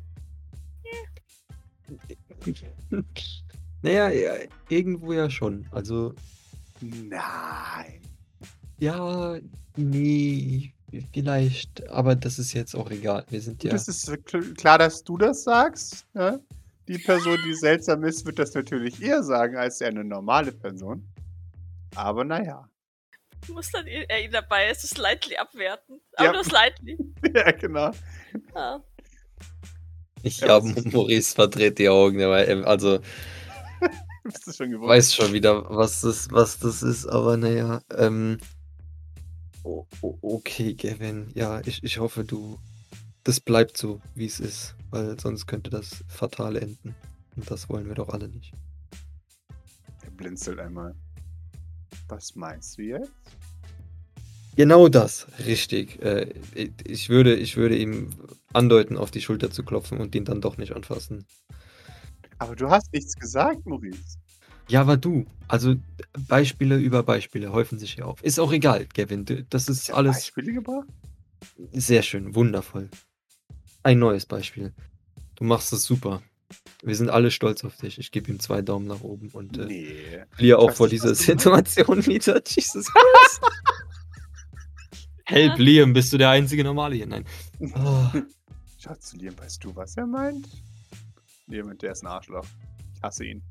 Naja, ja, irgendwo ja schon. Also,
Nein.
ja, nee, vielleicht, aber das ist jetzt auch egal. Wir sind ja.
Das ist kl- klar, dass du das sagst. Ja? Die Person, die seltsam ist, wird das natürlich eher sagen als eine normale Person. Aber naja.
Du musst dann ihn, er ihn dabei ist, so slightly abwerten. Aber
Ja.
nur slightly.
Ja, genau.
Ah.
Ich
Ja,
habe
was ist-
Maurice verdreht die Augen, aber er- also
Bist du schon gewohnt?
weiß schon wieder, was das, was das ist, aber naja, ähm. o- o- okay, Gavin, ja, ich, ich hoffe, du. Das bleibt so, wie es ist, weil sonst könnte das fatal enden. Und das wollen wir doch alle nicht.
Er blinzelt einmal. Was meinst du jetzt?
Genau das, richtig. Äh, ich, würde, ich würde ihm andeuten, auf die Schulter zu klopfen und ihn dann doch nicht anfassen.
Aber du hast nichts gesagt, Maurice.
Ja, aber du. Also Beispiele über Beispiele häufen sich hier auf. Ist auch egal, Gavin. du- Das ist
Ja,
alles
Beispiele gebracht?
sehr schön, wundervoll. Ein neues Beispiel. Du machst es super. Wir sind alle stolz auf dich. Ich gebe ihm zwei Daumen nach oben und äh,
Nee.
fliehe auch
weiß
vor
nicht,
dieser
was du meinst.
Situation wieder. Jesus Christ. Help, Liam, bist du der einzige Normale hier? Nein. Oh.
Schau zu Liam, weißt du, was er meint? Liam, der ist ein Arschloch. Ich hasse ihn.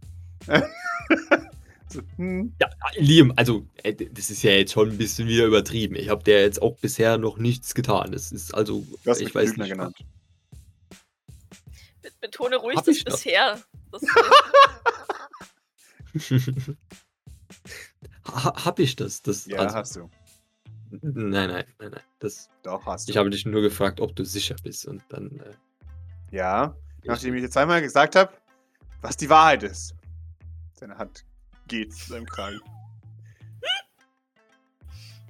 so, hm.
Ja, Liam, also, äh, das ist ja jetzt schon ein bisschen wieder übertrieben. Ich habe der jetzt auch bisher noch nichts getan. Das ist also,
Du hast
ich
mich
weiß
Lügner
nicht.
genannt.
Be- Betone ruhig
Hab
das
ich doch.
bisher. Das,
ha, hab ich das? das
Ja,
also,
hast du.
nein, nein, nein, nein. Das,
Doch, hast du.
ich habe dich nur gefragt, ob du sicher bist und dann. Äh,
Ja,
ich,
nachdem ich dir zweimal gesagt habe, was die Wahrheit ist. Seine Hand geht zu seinem Kragen.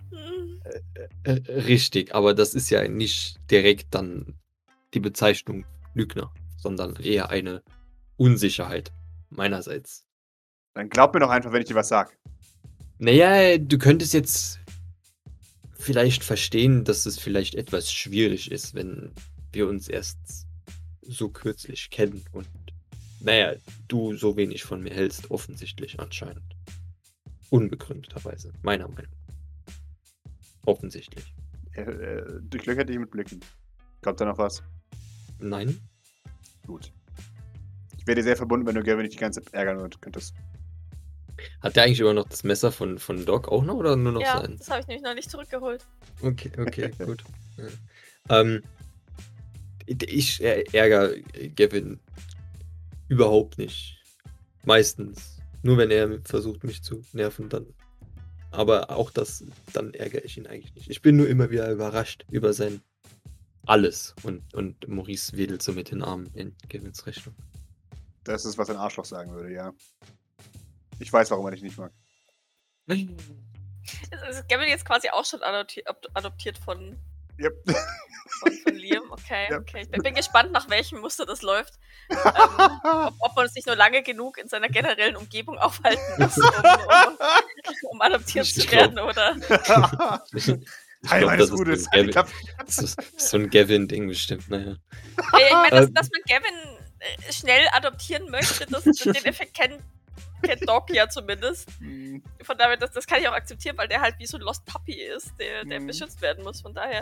Hm.
Äh, äh, richtig, aber das ist ja nicht direkt dann die Bezeichnung Lügner, sondern eher eine Unsicherheit meinerseits.
Dann glaub mir doch einfach, wenn ich dir was sag.
Naja, du könntest jetzt vielleicht verstehen, dass es vielleicht etwas schwierig ist, wenn wir uns erst so kürzlich kennen und naja, du so wenig von mir hältst, offensichtlich anscheinend. Unbegründeterweise, meiner Meinung. Offensichtlich.
Er äh, durchlöchert dich mit Blicken. Kommt da noch was?
Nein?
Gut. Ich wäre dir sehr verbunden, wenn du Gavin nicht die ganze Zeit ärgern könntest.
Hat der eigentlich immer noch das Messer von, von Doc auch noch oder nur noch
Ja,
sein?
das habe ich nämlich noch nicht zurückgeholt.
Okay, okay, gut. Ja. Ähm, ich ärgere Gavin überhaupt nicht. Meistens. Nur wenn er versucht, mich zu nerven, dann. Aber auch das, dann ärgere ich ihn eigentlich nicht. Ich bin nur immer wieder überrascht über sein alles. Und, und Maurice wedelt so mit den Armen in Gavins Richtung.
Das ist, was ein Arschloch sagen würde, ja. Ich weiß, warum er dich nicht mag.
Ist, ist Gavin jetzt quasi auch schon adoptiert, adoptiert von,
Yep.
von, von Liam? Okay,
Yep.
okay. Ich bin, bin gespannt, nach welchem Muster das läuft. ähm, ob, ob man uns nicht nur lange genug in seiner generellen Umgebung aufhalten muss, um, um, um adoptiert
Ich
zu
glaub-
werden, oder?
Ich
Hi,
glaub,
meines
das ist
Gutes.
so ein Gavin- Das ist so ein Gavin-Ding bestimmt, naja.
Ja, ich meine, dass,
Ähm.
dass man Gavin äh, schnell adoptieren möchte, das, den Effekt kennt, kennt Doc ja zumindest.
Hm,
Von daher, das, das kann ich auch akzeptieren, weil der halt wie so ein Lost Puppy ist, der, der
Mhm.
beschützt werden muss. Von daher.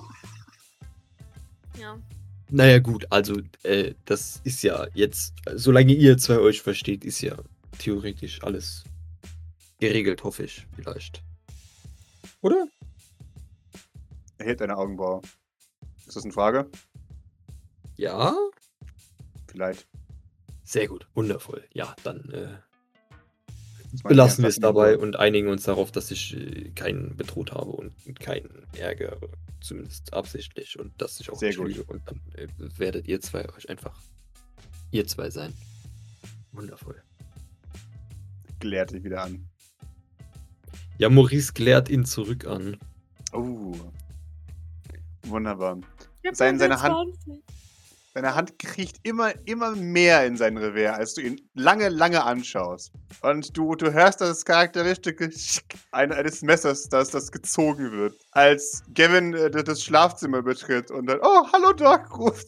Ja.
Naja, gut, also, äh, das ist ja jetzt, solange ihr zwei euch versteht, ist ja theoretisch alles geregelt, hoffe ich, vielleicht. Oder?
Er hebt eine Augenbraue. Ist das eine Frage?
Ja?
Vielleicht.
Sehr gut, wundervoll. Ja, dann äh,
Das war
belassen
eine
wir es
ernsthaft
dabei
Antwort.
und einigen uns darauf, dass ich äh, keinen bedroht habe und keinen Ärger, zumindest absichtlich, und dass ich auch
Sehr
nicht
gut.
lüge. Und dann äh, werdet ihr zwei euch einfach ihr zwei sein. Wundervoll.
Gelehrt dich wieder an.
Ja, Maurice klärt ihn zurück an.
Oh. Wunderbar.
Wir
Sein-
sind
seine Hand-
zwanzig.
Seine Hand kriecht immer, immer mehr in sein Revier, als du ihn lange, lange anschaust. Und du, du hörst das charakteristische Schick ein- eines Messers, das, das gezogen wird. Als Gavin äh, das Schlafzimmer betritt und dann, oh, hallo Doc, ruft.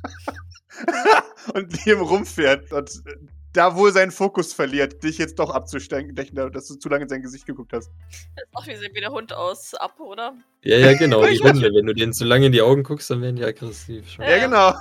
und Liam rumfährt. Und äh, da wohl seinen Fokus verliert, dich jetzt doch abzustecken, dass du zu lange in sein Gesicht geguckt hast.
Das ist auch wie, wie der Hund aus Ab, oder?
Ja, ja, genau, die
Ich weiß
Hunde. Wenn du denen zu lange in die Augen guckst, dann werden die aggressiv. Schon.
Ja.
Ja, genau.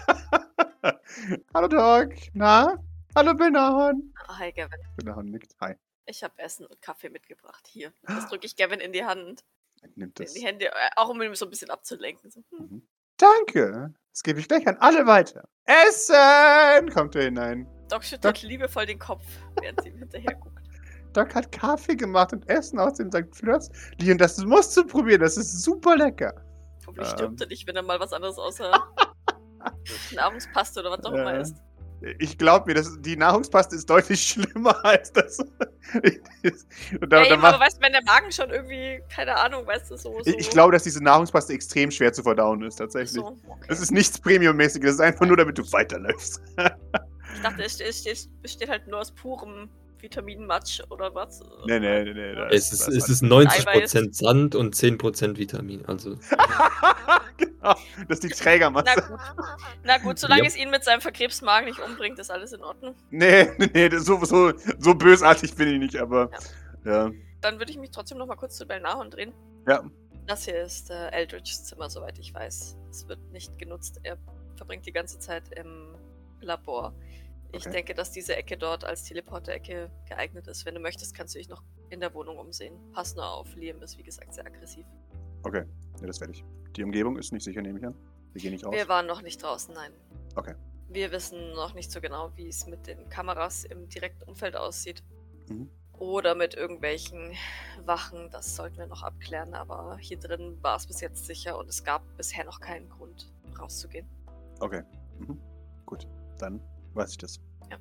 hallo Doc, na? Hallo Benahan.
Ah, hi, Gavin.
Benahan nickt, hi.
Ich habe Essen und Kaffee mitgebracht. Hier. Das drücke ich Gavin in die Hand.
Nimmt
In
das.
die Hände, äh, auch um ihn so ein bisschen abzulenken. So, hm.
Mhm. Danke. Das gebe ich gleich an alle weiter. Essen! Kommt er hinein.
Doc schüttelt liebevoll den Kopf, während sie ihm hinterher guckt.
Doc hat Kaffee gemacht und Essen aus dem Sankt Flörs. Leon, das musst du probieren. Das ist super lecker.
Hoffentlich
Ähm.
stirbt er nicht, wenn er mal was anderes außer Nahrungspaste oder was auch immer
Äh.
isst.
Ich glaube mir, das, die Nahrungspaste ist deutlich schlimmer als das. und da,
Ja,
da
eben,
macht,
aber weißt du, wenn der Magen schon irgendwie, keine Ahnung, weißt du, so. so
ich, ich glaube, dass diese Nahrungspaste extrem schwer zu verdauen ist, tatsächlich.
so, okay.
Das ist nichts Premium-mäßiges. Das ist einfach nur, damit du weiterläufst.
Ich dachte, es, es, es besteht halt nur aus purem Vitaminmatsch oder was.
nee, nee, nee, nee. da
Es ist,
da
es ist
was.
neunzig Prozent Sand und zehn Prozent Vitamin. Also,
genau, das ist die Trägermasse.
Na gut. Na gut, solange
Ja.
es ihn mit seinem verkrebsten Magen nicht umbringt, ist alles in Ordnung.
Nee, nee, nee, das- so, so, so bösartig bin ich nicht, aber ja.
Dann würde ich mich trotzdem noch mal kurz zu Belnahon drehen.
Ja.
Das hier ist äh, Eldridges Zimmer, soweit ich weiß. Es wird nicht genutzt. Er verbringt die ganze Zeit im Labor. Ich
Okay.
denke, dass diese Ecke dort als Teleporter-Ecke geeignet ist. Wenn du möchtest, kannst du dich noch in der Wohnung umsehen. Pass nur auf, Liam ist wie gesagt sehr aggressiv.
Okay, ja, das werde ich. Die Umgebung ist nicht sicher, nehme ich an. Wir gehen nicht raus.
Wir waren noch nicht draußen, nein.
Okay.
Wir wissen noch nicht so genau, wie es mit den Kameras im direkten Umfeld aussieht.
Mhm.
Oder mit irgendwelchen Wachen, das sollten wir noch abklären. Aber hier drin war es bis jetzt sicher und es gab bisher noch keinen Grund, rauszugehen.
Okay. Mhm. Gut, dann weiß ich das.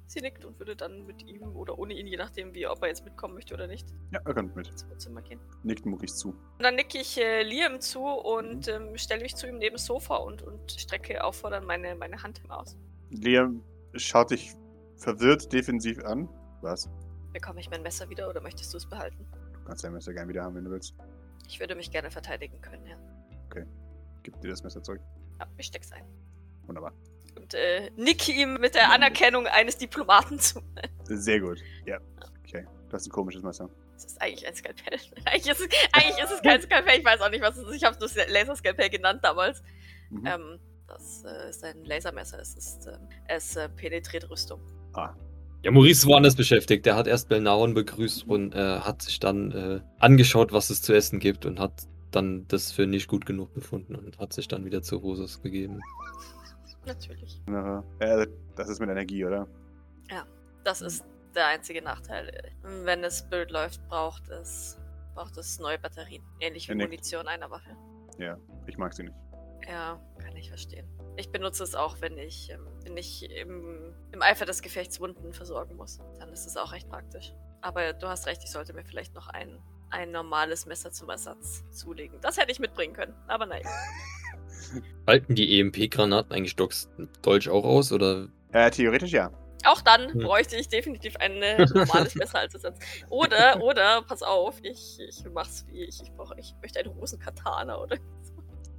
Sie nickt und würde dann mit ihm oder ohne ihn, je nachdem, wie ob er jetzt mitkommen möchte oder nicht,
Ja, er kommt mit.
ins Wohnzimmer gehen.
Nickt Maurice zu.
Und dann nicke ich äh, Liam zu und ähm, stelle mich zu ihm neben das Sofa und, und strecke auffordernd meine, meine Hand ihm aus.
Liam schaut dich verwirrt defensiv an. Was?
Bekomme ich mein Messer wieder oder möchtest du es behalten?
Du kannst dein Messer gerne wieder haben, wenn du willst.
Ich würde mich gerne verteidigen können, ja.
Gib dir das Messer zurück.
Ja, ich steck's ein.
Wunderbar.
Und äh, nicke ihm mit der Anerkennung eines Diplomaten zu.
Sehr gut. Ja. Okay. Das ist ein komisches Messer.
Das ist eigentlich ein Skalpell. eigentlich, ist es, eigentlich ist es kein Skalpell, ich weiß auch nicht, was es ist. Ich habe es nur Laserskalpell genannt damals.
Mhm.
Ähm, das äh, ist ein Lasermesser. Es, ist, ähm, es äh, penetriert Rüstung.
Ah.
Ja, Maurice war anders beschäftigt. Der hat erst Belnaron begrüßt und äh, hat sich dann äh, angeschaut, was es zu essen gibt und hat dann das für nicht gut genug befunden und hat sich dann wieder zu Rosas gegeben.
Natürlich.
Na, äh, das ist mit Energie, oder?
Das ist der einzige Nachteil. Wenn das Bild läuft, braucht es, braucht es neue Batterien. Ähnlich wie
Ja, nickt.
Munition einer Waffe.
Ja. Ich mag sie nicht.
Ja, kann ich verstehen. Ich benutze es auch, wenn ich, ähm, wenn ich im, im Eifer des Gefechts Wunden versorgen muss. Dann ist es auch recht praktisch. Aber du hast recht, ich sollte mir vielleicht noch ein, ein normales Messer zum Ersatz zulegen. Das hätte ich mitbringen können, aber nein.
Halten die E M P-Granaten eigentlich Docs Dolch auch aus, oder?
Äh, theoretisch ja.
Auch dann
Hm.
bräuchte ich definitiv ein äh, normales Messer als Ersatz. Oder, oder, pass auf, ich, ich mach's wie ich. Ich brauche, ich möchte einen Rosenkatana oder so.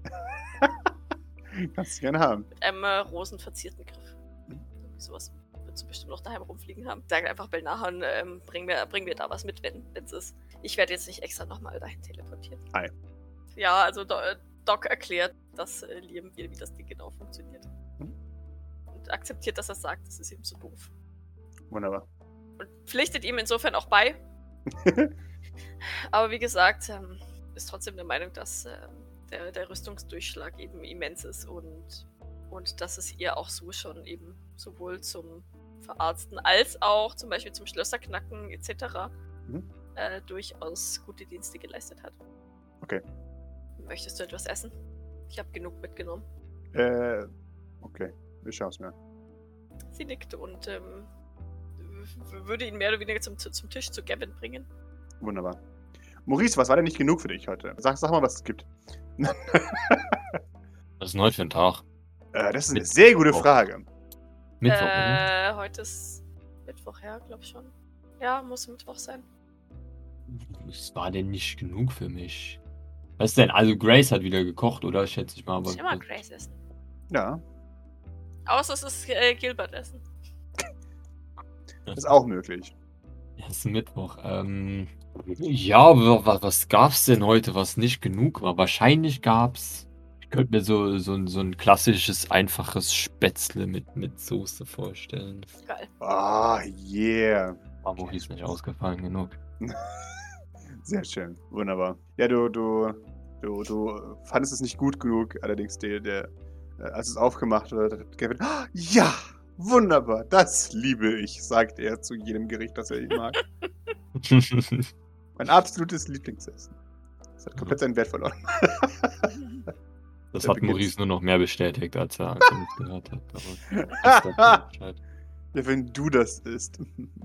Kannst du gerne haben.
Mit einem äh, rosenverzierten Griff. Irgendwie sowas würdest du bestimmt noch daheim rumfliegen haben. Sag einfach Belnahan, ähm, bring mir, bring mir da was mit, wenn es ist. Ich werde jetzt nicht extra nochmal dahin teleportieren.
Hi.
Ja, also Do Doc erklärt, dass äh, Liam will, wie das Ding genau funktioniert.
Hm.
Und akzeptiert, dass er sagt, das ist ihm zu doof.
Wunderbar.
Und pflichtet ihm insofern auch bei. Aber wie gesagt, ähm, ist trotzdem der Meinung, dass ähm, der, der Rüstungsdurchschlag eben immens ist und, und dass es ihr auch so schon eben sowohl zum Verarzten als auch zum Beispiel zum Schlösserknacken et cetera
Mhm.
äh, durchaus gute Dienste geleistet hat.
Okay.
Möchtest du etwas essen? Ich habe genug mitgenommen.
Äh, okay. Ich schaue es mir an.
Sie nickt und ähm, w- würde ihn mehr oder weniger zum, zum Tisch zu Gavin bringen.
Wunderbar. Maurice, was war denn nicht genug für dich heute? Sag, sag mal, was es gibt.
Was ist denn heute für ein Tag?
Äh, das ist eine
Mit-
sehr gute
Mittwoch.
Frage.
Mittwoch, oder?
äh, heute ist Mittwoch, ja, glaub schon. Ja, muss Mittwoch sein.
Was war denn nicht genug für mich? Was denn? Also Grace hat wieder gekocht, oder? Schätze ich mal. Aber
Muss immer Grace essen.
Ja,
Außer es ist äh, Gilbert essen.
ist auch möglich.
Ja, es ist Mittwoch. Ähm, ja, aber was, was gab's denn heute, was nicht genug war? Wahrscheinlich gab's. Ich könnte mir so, so, ein- so ein klassisches, einfaches Spätzle mit, mit Soße vorstellen.
Geil.
Ah, yeah.
Aber Maurice nicht ausgefallen genug.
Sehr schön. Wunderbar. Ja, du, du, du, du fandest es nicht gut genug, allerdings der, der äh, als es aufgemacht wurde, hat Gavin, "Ah, ja, wunderbar, das liebe ich, sagt er zu jedem Gericht, das er ihn mag. Mein absolutes Lieblingsessen. Das hat komplett seinen Wert verloren.
Das
Der
hat
beginnt.
Maurice nur noch mehr bestätigt, als er Ankunft gehört hat. Aber das ist der Bescheid.
Ja, wenn du das isst.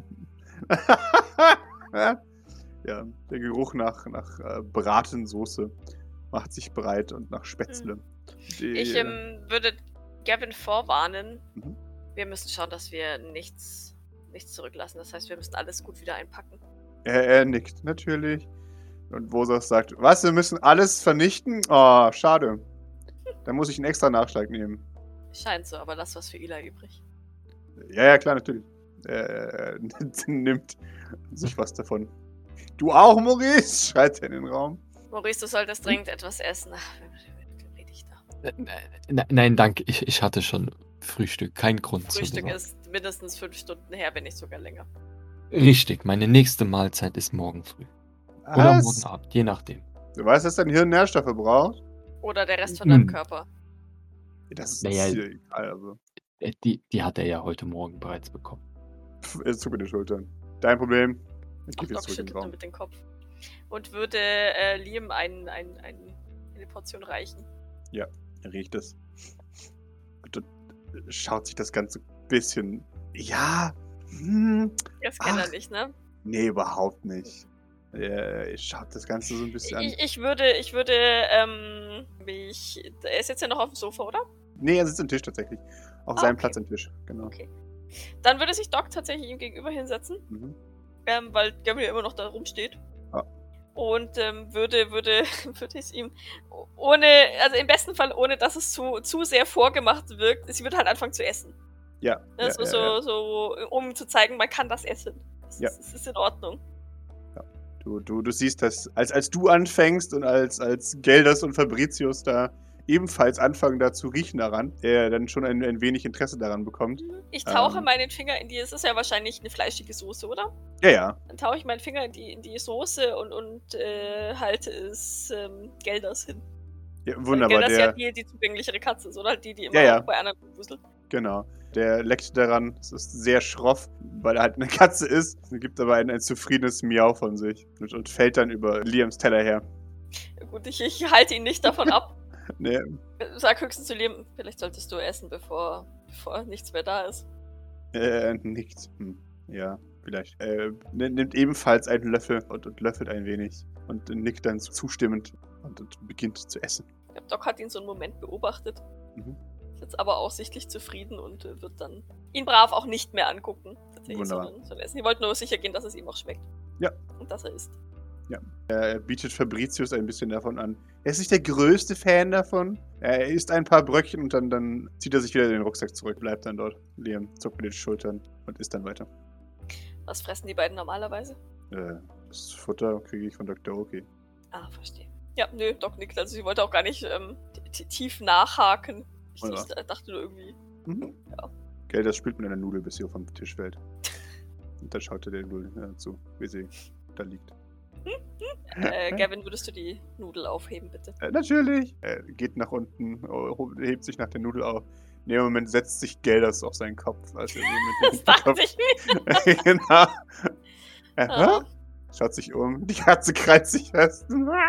Ja, der Geruch nach, nach äh, Bratensoße macht sich bereit und nach Spätzle. Die,
Ich ähm, würde Gavin vorwarnen.
Mhm.
Wir müssen schauen, dass wir nichts, nichts zurücklassen. Das heißt, wir müssen alles gut wieder einpacken.
er, er nickt natürlich. Und Vosas sagt, was, wir müssen alles vernichten? Oh, schade. Dann muss ich einen extra Nachschlag nehmen.
Scheint so, aber lass was für Eli übrig.
Ja, ja, klar, natürlich. Er äh, nimmt sich was davon. Du auch, Maurice? Schreit er in den Raum.
Maurice, du solltest dringend etwas essen. Ach, wen rede ich da?
Äh, ne- Nein, danke. Ich, ich hatte schon Frühstück. Kein Grund zur
Frühstück
Sorge.
ist mindestens fünf Stunden her, wenn nicht sogar länger.
Richtig, meine nächste Mahlzeit ist morgen früh. Oder morgen
Was?
Abend, je nachdem.
Du weißt, dass dein Hirn Nährstoffe braucht?
Oder der Rest von deinem
Hm.
Körper.
Das ist
Naja.
hier egal, also.
Äh, Die, die hat er ja heute Morgen bereits bekommen.
Pff, Er zuckt mit den Schultern. Dein Problem. Ich
Auch
gebe
Doc
jetzt zurück in
schüttelt
den
nur
Raum.
mit dem Kopf. Und würde äh, Liam ein, ein, ein, eine Portion reichen.
Er riecht es. Und dann schaut sich das Ganze ein bisschen. Ja, Hm,
Das kennt er
ach,
nicht, ne?
nee, überhaupt nicht. Äh, schaut das Ganze so ein bisschen an.
Ich, ich würde, ich würde, ähm, mich. Er ist jetzt ja noch auf dem Sofa, oder?
Nee, er sitzt am Tisch tatsächlich. Auf
Ah,
seinem
okay.
Platz am Tisch, genau.
Okay. Dann würde sich Doc tatsächlich ihm gegenüber hinsetzen,
Mhm.
ähm, weil Gavin ja immer noch da rumsteht.
Ah.
Und ähm, würde, würde, würde es ihm ohne, also im besten Fall ohne, dass es zu, zu sehr vorgemacht wirkt, sie würde halt anfangen zu essen.
Ja,
Ne,
ja,
so,
ja,
so,
ja.
so, um zu zeigen, man kann das essen. Das,
Ja.
ist, das ist in Ordnung.
Du, du, du siehst, dass als, als du anfängst und als, als Gelders und Fabricius da ebenfalls anfangen, da zu riechen daran, er dann schon ein, ein wenig Interesse daran bekommt.
Ich tauche
Ähm.
meinen Finger in die, es ist ja wahrscheinlich eine fleischige Soße, oder?
Ja, ja,
Dann tauche ich meinen Finger in die, in die Soße und, und äh, halte es ähm, Gelders hin.
ja
Weil
wunderbar.
Gelders ja
Der,
die, die zugänglichere Katze ist, oder? Halt die, die immer
Ja, ja.
auch bei anderen wuselt.
genau. Der leckt daran. Es ist sehr schroff, weil er halt eine Katze ist. Er gibt aber ein, ein zufriedenes Miau von sich und, und fällt dann über Liams Teller her.
Gut, ich, ich halte ihn nicht davon ab.
Nee,
Sag höchstens zu Liam, vielleicht solltest du essen, bevor, bevor nichts mehr da ist.
äh, nickt. Hm, ja, vielleicht. Äh, nimmt ebenfalls einen Löffel und, und löffelt ein wenig und nickt dann zustimmend und, und beginnt zu essen.
Ich glaub, Doc hat ihn so einen Moment beobachtet.
Mhm.
Ist jetzt aber auch sichtlich zufrieden und äh, wird dann ihn brav auch nicht mehr angucken. Tatsächlich,
Wunderbar.
sondern, sondern essen. Die wollten nur sicher gehen, dass es ihm auch schmeckt.
Ja.
Und dass er isst.
Er bietet Fabricius ein bisschen davon an. Er ist nicht der größte Fan davon. Er isst ein paar Bröckchen und dann, dann zieht er sich wieder in den Rucksack zurück, bleibt dann dort. Liam zuckt mit den Schultern und isst dann weiter.
Was fressen die beiden normalerweise?
Äh, das Futter kriege ich von Doktor Oki.
Ah, verstehe. Ja, nö, Doc nickt. Also sie wollte auch gar nicht ähm, t- tief nachhaken. Ich,
Ja.
ich dachte nur irgendwie.
Mhm.
Ja.
Gell, das spielt mit einer Nudel, bis sie vom Tisch fällt. Und dann schaut er der Nudel äh, zu, wie sie da liegt.
Äh, Gavin, würdest du die Nudel aufheben, bitte?
Äh, natürlich. Er geht nach unten, oh, hebt sich nach der Nudel auf. In dem Moment setzt sich Gelders auf seinen Kopf. Als er so mit
Das
dem Kopf
dachte ich mir.
genau. Äh,
Ah.
hä? Schaut sich um. Die Katze kreuzt sich fest.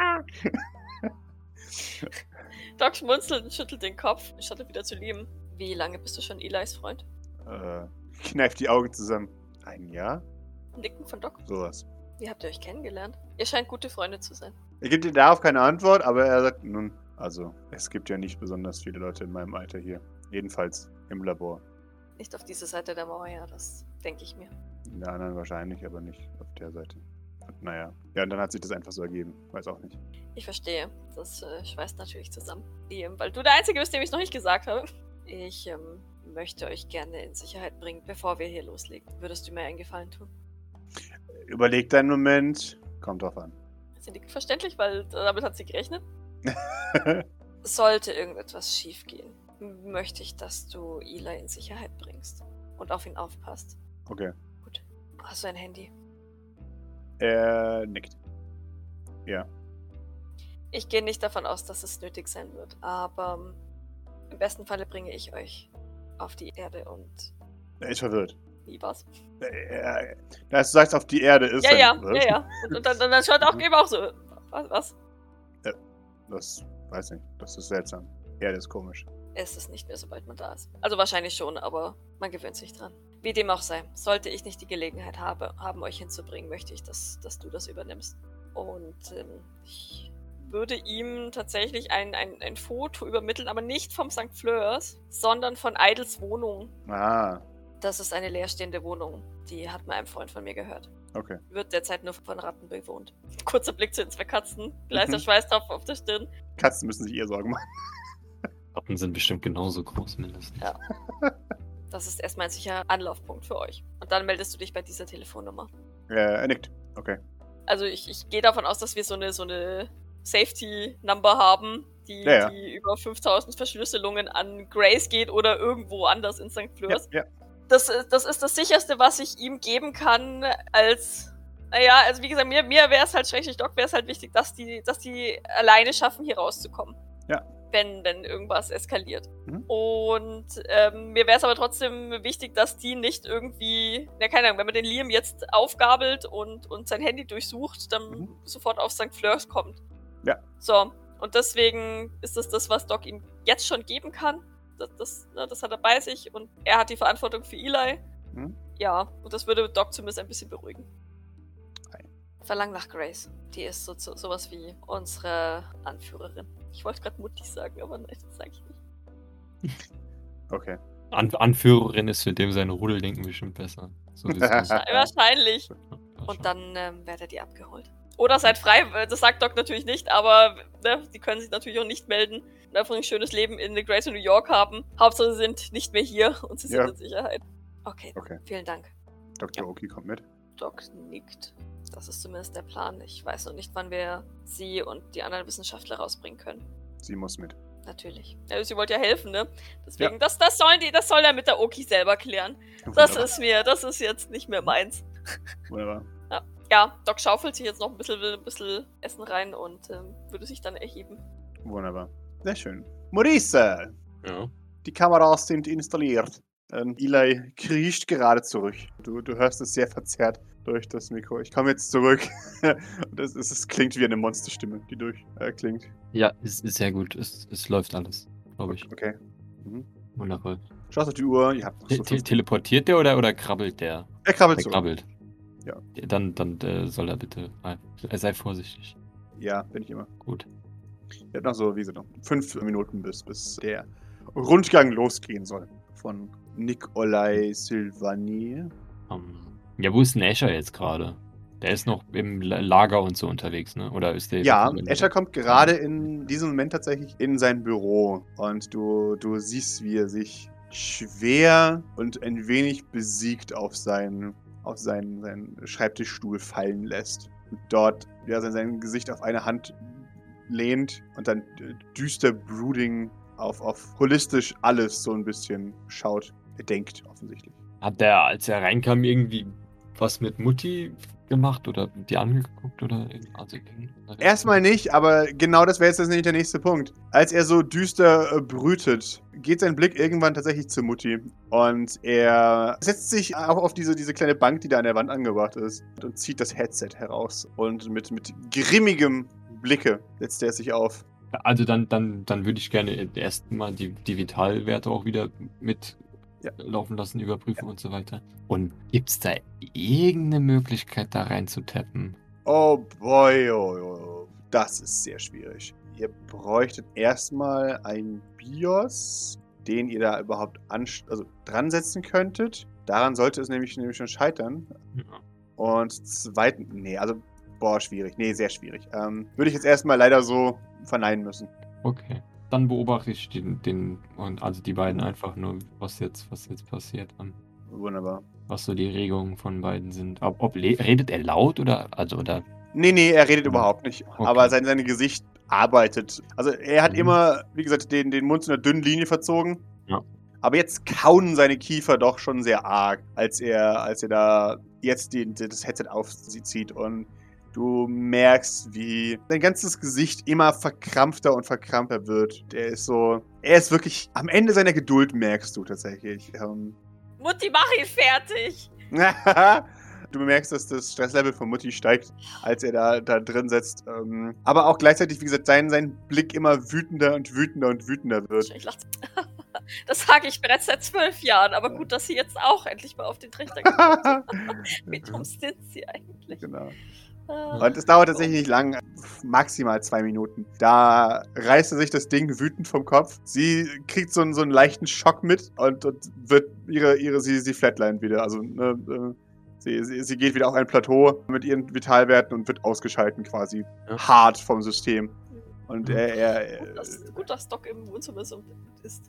Doc schmunzelt und schüttelt den Kopf. Schaut er wieder zu Liam. Wie lange bist du schon Elis Freund?
äh, kneift die Augen zusammen. Ein Jahr?
Nicken von Doc.
Sowas.
Wie habt ihr euch kennengelernt? Ihr scheint gute Freunde zu sein.
Er gibt dir darauf keine Antwort, aber er sagt, nun, also, es gibt ja nicht besonders viele Leute in meinem Alter hier. Jedenfalls im Labor.
Nicht auf dieser Seite der Mauer, ja, das denke ich mir.
In der anderen wahrscheinlich, aber nicht auf der Seite. Und naja. Ja, und dann hat sich das einfach so ergeben. Weiß auch nicht.
Ich verstehe. Das äh, schweißt natürlich zusammen. Liam, weil du der Einzige bist, dem ich es noch nicht gesagt habe. Ich ähm, möchte euch gerne in Sicherheit bringen, bevor wir hier loslegen. Würdest du mir einen Gefallen tun?
Überlegt einen Moment. Kommt drauf an.
Sie nickt verständlich, weil damit hat sie gerechnet. Sollte irgendetwas schiefgehen, möchte ich, dass du Eli in Sicherheit bringst und auf ihn aufpasst.
Okay.
Gut. Hast du ein Handy?
Er nickt. Ja.
Ich gehe nicht davon aus, dass es nötig sein wird, aber ähm, im besten Falle bringe ich euch auf die Erde und...
Er ist verwirrt.
Wie war's?
Er, als du sagst, auf die Erde ist
Ja,
er
ja,
verwirrt.
ja, ja. Und, und dann, dann schaut auch eben auch so. Was? was?
Das weiß nicht. Das ist seltsam. Erde ist komisch.
Es ist nicht mehr, sobald man da ist. Also wahrscheinlich schon, aber man gewöhnt sich dran. Wie dem auch sei, sollte ich nicht die Gelegenheit habe, haben, euch hinzubringen, möchte ich, dass, dass du das übernimmst. Und ähm, ich würde ihm tatsächlich ein, ein, ein Foto übermitteln, aber nicht vom Sankt Fleurs, sondern von Idles Wohnung.
Ah,
Das ist eine leerstehende Wohnung. Die hat mir ein Freund von mir gehört.
okay.
Wird derzeit nur von Ratten bewohnt. Kurzer Blick zu den zwei Katzen, leiser
Mhm.
Schweißtropfen auf der Stirn.
Katzen müssen sich eher Sorgen machen.
Ratten sind bestimmt genauso groß mindestens.
Ja. Das ist erstmal ein sicherer Anlaufpunkt für euch. Und dann meldest du dich bei dieser Telefonnummer.
Äh, er nickt. Okay.
Also ich, ich gehe davon aus, dass wir so eine, so eine Safety-Number haben, die,
Ja, ja.
die über fünftausend Verschlüsselungen an Grace geht oder irgendwo anders in Sankt
Ja,
Fleurs.
ja.
Das, ist- das ist das sicherste, was ich ihm geben kann als... Naja, also wie gesagt, mir, mir wäre es halt, schrägstrich Doc, wäre es halt wichtig, dass die, dass die alleine schaffen, hier rauszukommen.
Ja.
Wenn, wenn irgendwas eskaliert.
Mhm.
Und ähm, mir wäre es aber trotzdem wichtig, dass die nicht irgendwie, na keine Ahnung, wenn man den Liam jetzt aufgabelt und, und sein Handy durchsucht, dann
Mhm.
sofort auf Sankt Fleurs kommt.
Ja.
So, und deswegen ist das das, was Doc ihm jetzt schon geben kann. Das, das, ne, das hat er bei sich und er hat die Verantwortung für Eli.
Mhm.
Ja, und das würde Doc zumindest ein bisschen beruhigen.
Hi.
Verlang nach Grace. Die ist so, so sowas wie unsere Anführerin. Ich wollte gerade Mutti sagen, aber nein, das sage ich nicht.
Okay.
An Anführerin ist für dem seine Rudeldenken bestimmt besser. So
Wahrscheinlich. Und dann ähm, werdet ihr abgeholt. Oder seid frei, das sagt Doc natürlich nicht, aber ne, die können sich natürlich auch nicht melden und einfach ein schönes Leben in der Greater New York haben. Hauptsache, sie sind nicht mehr hier und sie sind
Ja.
in Sicherheit. Okay,
Okay.
vielen Dank.
Doktor Oki kommt mit.
Doc nickt. Das ist zumindest der Plan. Ich weiß noch nicht, wann wir sie und die anderen Wissenschaftler rausbringen können.
Sie muss mit.
Natürlich. Ja, sie wollte ja helfen, ne? Deswegen,
Ja.
das, das sollen die, das soll er mit der Oki selber klären. Das ist mir, das ist jetzt nicht mehr meins.
Wunderbar.
Ja, ja, Doc schaufelt sich jetzt noch ein bisschen, will ein bisschen Essen rein und ähm, würde sich dann erheben.
Wunderbar. Sehr schön. Maurice,
Ja.
die Kameras sind installiert. Ähm, Eli kriecht gerade zurück. Du, du hörst es sehr verzerrt durch das Mikro. Ich komme jetzt zurück. Und es, es, es klingt wie eine Monsterstimme, die durch äh, klingt.
Ja, ist, ist sehr gut. Es, es läuft alles, glaube ich.
Okay. Mhm.
Wundervoll.
Schaust auf die Uhr. Ihr habt noch
Te
so
te
fünf-
teleportiert der oder, oder krabbelt der?
Er krabbelt
Der
zurück.
krabbelt.
Ja.
Dann, dann äh, soll er bitte. Nein, er sei vorsichtig.
Ja, bin ich immer.
Gut.
Ihr habt noch so, wie gesagt, noch fünf Minuten, bis, bis der Rundgang losgehen soll. Von Nikolai Silvani.
Um, ja, wo ist denn Escher jetzt gerade? Der ist noch im La- Lager und so unterwegs, ne? Oder ist der
Ja,
jetzt-
Escher kommt gerade in diesem Moment tatsächlich in sein Büro. Und du, du siehst, wie er sich schwer und ein wenig besiegt auf seinen, auf seinen, seinen Schreibtischstuhl fallen lässt. Und dort ja, sein, sein Gesicht auf eine Hand lehnt und dann äh, düster brooding auf, auf holistisch alles so ein bisschen schaut. Er denkt offensichtlich.
Hat der, als er reinkam, irgendwie was mit Mutti gemacht oder die angeguckt oder irgend- also irgend-
Erstmal nicht, aber genau das wäre jetzt nicht der nächste Punkt. Als er so düster äh, brütet, geht sein Blick irgendwann tatsächlich zu Mutti. Und er setzt sich auch auf diese, diese kleine Bank, die da an der Wand angebracht ist, und zieht das Headset heraus. Und mit, mit grimmigem Blicke setzt er sich auf.
Also dann, dann, dann würde ich gerne erstmal die, die Vitalwerte auch wieder mit
Ja.
laufen lassen, überprüfen und so weiter. Und gibt es da irgendeine Möglichkeit, da rein zu tappen?
Oh boy, oh, oh, das ist sehr schwierig. Ihr bräuchtet erstmal ein BIOS, den ihr da überhaupt anst- also dran setzen könntet. Daran sollte es nämlich, nämlich schon scheitern.
Ja.
Und zweitens, nee, also, boah, schwierig. Nee, sehr schwierig. Ähm, würde ich jetzt erstmal leider so verneinen müssen.
Okay. Dann beobachte ich den, den und also die beiden einfach nur, was jetzt, was jetzt passiert und
Wunderbar.
was so die Regungen von beiden sind. Ob, ob le- redet er laut oder also oder
Nee, nee, er redet
Ja.
überhaupt nicht.
Okay.
Aber sein, sein Gesicht arbeitet. Also er hat
Mhm.
immer, wie gesagt, den, den Mund zu einer dünnen Linie verzogen.
Ja.
Aber jetzt kauen seine Kiefer doch schon sehr arg, als er, als er da jetzt die, das Headset aufzieht. Und du merkst, wie sein ganzes Gesicht immer verkrampfter und verkrampfter wird. Der ist so, er ist wirklich am Ende seiner Geduld, merkst du tatsächlich. Ähm,
Mutti, mach ihn fertig!
Du bemerkst, dass das Stresslevel von Mutti steigt, als er da, da drin sitzt. Ähm, aber auch gleichzeitig, wie gesagt, sein, sein Blick immer wütender und wütender und wütender wird.
Ich lach. Das sage ich bereits seit zwölf Jahren, aber gut, dass sie jetzt auch endlich mal auf den Trichter gekommen sind. Wie dumm sind sie eigentlich?
Genau.
Ah.
Und es dauert tatsächlich nicht lang, maximal zwei Minuten. Da reißt er sich das Ding wütend vom Kopf. Sie kriegt so einen, so einen leichten Schock mit und, und wird ihre, ihre, sie, sie flatline wieder. Also, ne, äh, sie, sie, sie geht wieder auf ein Plateau mit ihren Vitalwerten und wird ausgeschalten quasi.
Ja.
Hart vom System. Und
Mhm.
er, er,
Gut, dass, gut, dass Doc im Wohnzimmer so ist.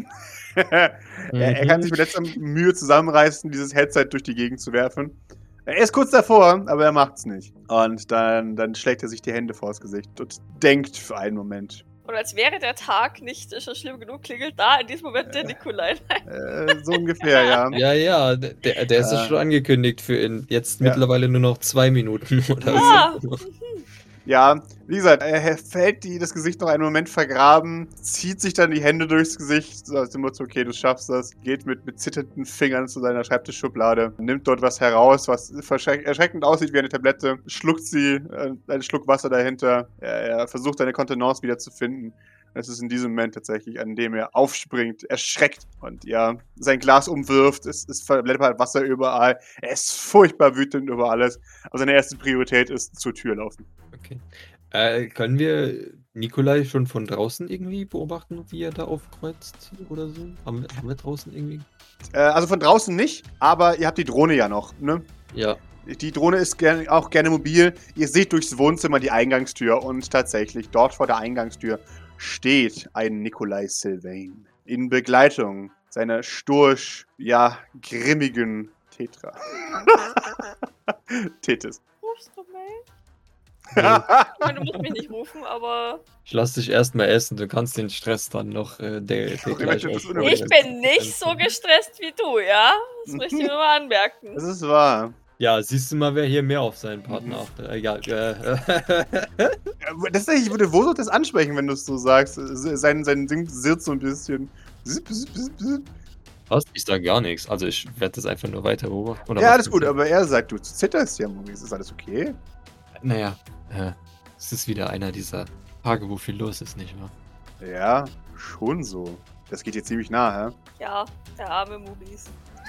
er, er kann sich mit letzter Mühe zusammenreißen, dieses Headset durch die Gegend zu werfen. Er ist kurz davor, aber er macht's nicht. Und dann, dann schlägt er sich die Hände vors Gesicht und denkt für einen Moment.
Und als wäre der Tag nicht schon schlimm genug, klingelt da in diesem Moment der Nikolai.
Äh, so ungefähr, ja.
Ja, ja, der, der ist ja
Äh.
schon angekündigt für in jetzt
Ja.
mittlerweile nur noch zwei Minuten oder
Ah.
so.
Ja, wie gesagt, er fällt die, das Gesicht noch einen Moment vergraben, zieht sich dann die Hände durchs Gesicht, so aus dem Motto, okay, du schaffst das, geht mit, mit zitternden Fingern zu seiner Schreibtischschublade, nimmt dort was heraus, was verschreck erschreckend aussieht wie eine Tablette, schluckt sie, äh, einen Schluck Wasser dahinter, er, er versucht seine Kontenance wieder zu finden Es ist in diesem Moment tatsächlich, an dem er aufspringt, erschreckt und ja, sein Glas umwirft. Es, es verblättert Wasser überall. Er ist furchtbar wütend über alles. Aber seine erste Priorität ist zur Tür laufen.
Okay. Äh, können wir Nikolai schon von draußen irgendwie beobachten, wie er da aufkreuzt oder so? Haben wir, haben wir draußen irgendwie?
Äh, also von draußen nicht, aber ihr habt die Drohne ja noch, ne?
Ja.
Die Drohne ist gern, auch gerne mobil. Ihr seht durchs Wohnzimmer die Eingangstür und tatsächlich dort vor der Eingangstür steht ein Nikolai Sylvain in Begleitung seiner sturch, ja, grimmigen Tetra. Tethys.
Rufst du mich?
Nee.
Ich meine, du musst mich nicht rufen, aber
Ich lass dich erstmal essen, du kannst den Stress dann noch äh, der, der
Doch,
gleich
das ist
ausbauen.
ich bin nicht so gestresst wie du, ja? Das möchte ich nur mal anmerken.
Das ist wahr.
Ja, siehst du mal, wer hier mehr auf seinen Partner achtet. Egal. Äh,
Das ich würde Woso das ansprechen, wenn du es so sagst. Sein, sein Ding sirrt so ein bisschen.
Was? Ich sag gar nichts. Also ich werde das einfach nur weiter beobachten. Oder
Ja,
was
alles gut,
du-
aber er sagt, du zitterst ja, Maurice. Ist alles okay?
Naja, äh, es ist wieder einer dieser Tage, wo viel los ist, nicht wahr?
Ja, schon so. Das geht dir ziemlich nah, hä?
Ja, der arme Maurice.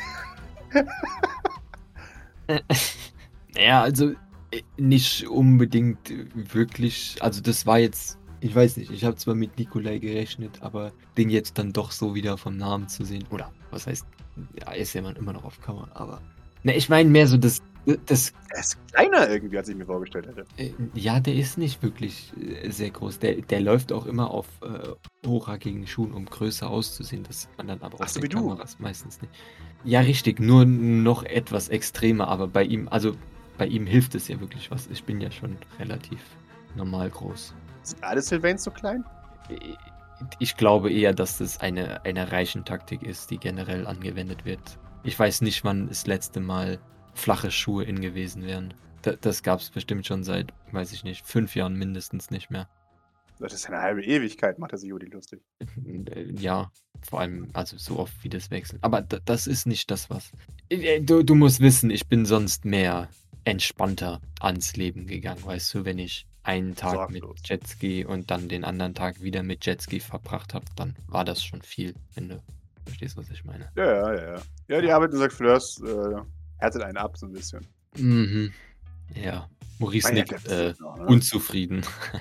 Naja, also äh, nicht unbedingt äh, wirklich. Also das war jetzt, ich weiß nicht, ich habe zwar mit Nikolai gerechnet, aber den jetzt dann doch so wieder vom Namen zu sehen. Oder was heißt, ja, ist ja immer noch auf Kamera, aber. Na, ich meine mehr so das. das
Er ist kleiner irgendwie, als ich mir vorgestellt hätte.
äh, ja, der ist nicht wirklich äh, sehr groß. Der, der läuft auch immer auf äh, hochhackigen Schuhen, um größer auszusehen. Das sieht man dann aber
Ach
auf
so,
den
wie du.
Kameras meistens nicht. Ja, richtig, nur noch etwas extremer, aber bei ihm, also bei ihm hilft es ja wirklich was. Ich bin ja schon relativ normal groß.
Sind alle Sylvains so klein?
Ich glaube eher, dass das eine, eine Reichentaktik ist, die generell angewendet wird. Ich weiß nicht, wann das letzte Mal flache Schuhe in gewesen wären. Da, das gab es bestimmt schon seit, weiß ich nicht, fünf Jahren mindestens nicht mehr.
Das ist eine halbe Ewigkeit, macht er sich Jodi lustig.
Äh, Ja, vor allem, also so oft wie das wechselt. Aber d- das ist nicht das, was. Äh, Du, du musst wissen, ich bin sonst mehr entspannter ans Leben gegangen, weißt du, wenn ich einen Tag mit
Sorglos.
Jetski und dann den anderen Tag wieder mit Jetski verbracht habe, dann war das schon viel, wenn du verstehst, was ich meine.
Ja, ja, ja. Ja, ja die Arbeit, du sagst, Fleurs, äh, härtet einen ab, so ein bisschen.
Mhm. Ja, Maurice
Mein
nickt
Gott,
äh,
noch, ne?
unzufrieden.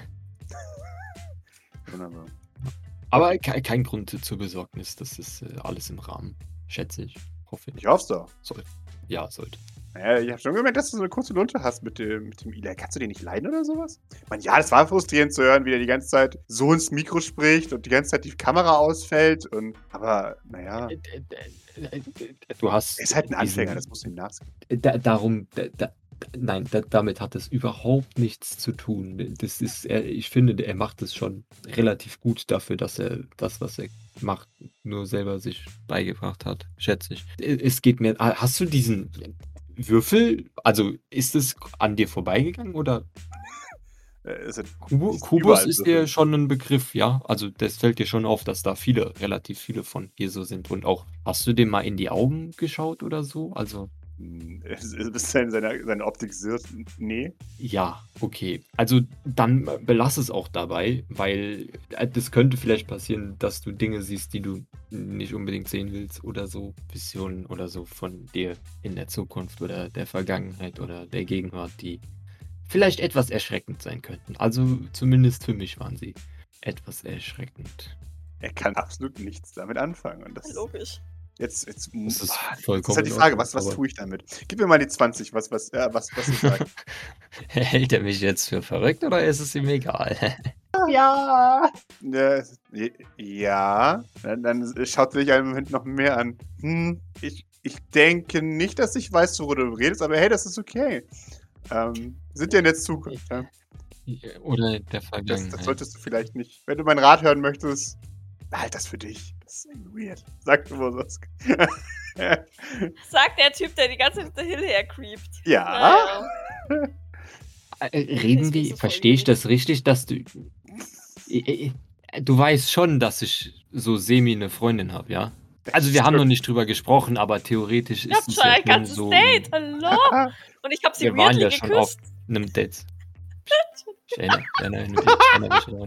Wunderbar.
Aber ke kein Grund zur Besorgnis, das ist äh, alles im Rahmen, schätze ich. Hoffe ich.
Ich hoff's doch.
Soll. Ja, sollte.
Naja, ich habe schon gemerkt, dass du so eine kurze Lunte hast mit dem, mit dem Eli. Kannst du den nicht leiden oder sowas? Ich meine, ja, das war frustrierend zu hören, wie der die ganze Zeit so ins Mikro spricht und die ganze Zeit die Kamera ausfällt. Und, aber, naja,
Äh, äh, äh, äh, Du hast.
er ist halt ein Anfänger,
diesen-
das muss ihm nachsehen.
Da, darum, da, da, nein, da, damit hat es überhaupt nichts zu tun. Das ist, er, ich finde, er macht es schon relativ gut dafür, dass er das, was er macht, nur selber sich beigebracht hat, schätze ich. Es geht mir. Hast du diesen Würfel? Also ist es an dir vorbeigegangen oder?
Äh, es hat
Kubo,
ist
Kubus
überall
ist
so.
dir schon ein Begriff, ja? Also das fällt dir schon auf, dass da viele, relativ viele von hier so sind. Und auch, hast du dem mal in die Augen geschaut oder so? Also.
Hm, es ist bis seine, seine, seine Optik sirrt. Nee.
Ja, okay. Also dann belass es auch dabei, weil äh, das könnte vielleicht passieren, dass du Dinge siehst, die du nicht unbedingt sehen willst oder so. Visionen oder so von dir in der Zukunft oder der Vergangenheit oder der Gegenwart, die vielleicht etwas erschreckend sein könnten. Also zumindest für mich waren sie etwas erschreckend.
Er kann absolut nichts damit anfangen. Und das,
Logisch.
jetzt, jetzt,
Das ist
ah, das
vollkommen
ist halt die
in
Frage,
Ordnung,
was, was
aber-
tue ich damit? Gib mir mal die zwanzig, was, was, äh, was, was ich sage.
Hält er mich jetzt für verrückt oder ist es ihm egal?
Ja. Ja, ja. Dann, dann schaut sich einen Moment noch mehr an. Hm, ich, ich denke nicht, dass ich weiß, worüber du redest, aber hey, das ist okay. Ähm, wir sind ja in der Zukunft. Ja?
Oder der
Das,
Vergangenheit.
das solltest du vielleicht nicht. Wenn du meinen Rat hören möchtest, behalt das für dich. Das ist irgendwie weird. Sag du was.
Sagt der Typ, der die ganze Zeit der Hill hercreept.
Ja.
Naja.
Äh, Reden
Ich
wir,
weiß so
verstehe ich
voll
das richtig, dass du. Äh, äh, Du weißt schon, dass ich so semi eine Freundin habe, ja? Also wir haben noch nicht drüber gesprochen, aber theoretisch
Ich
ist
hab
es
schon
ja
ein
schon
ganzes
so.
Date, hallo? Und ich hab sie
Wir waren
weirdly
ja schon auf
geküsst.
einem Date. Ich erinnere, erinnere, mich- ich erinnere mich aber auch nicht.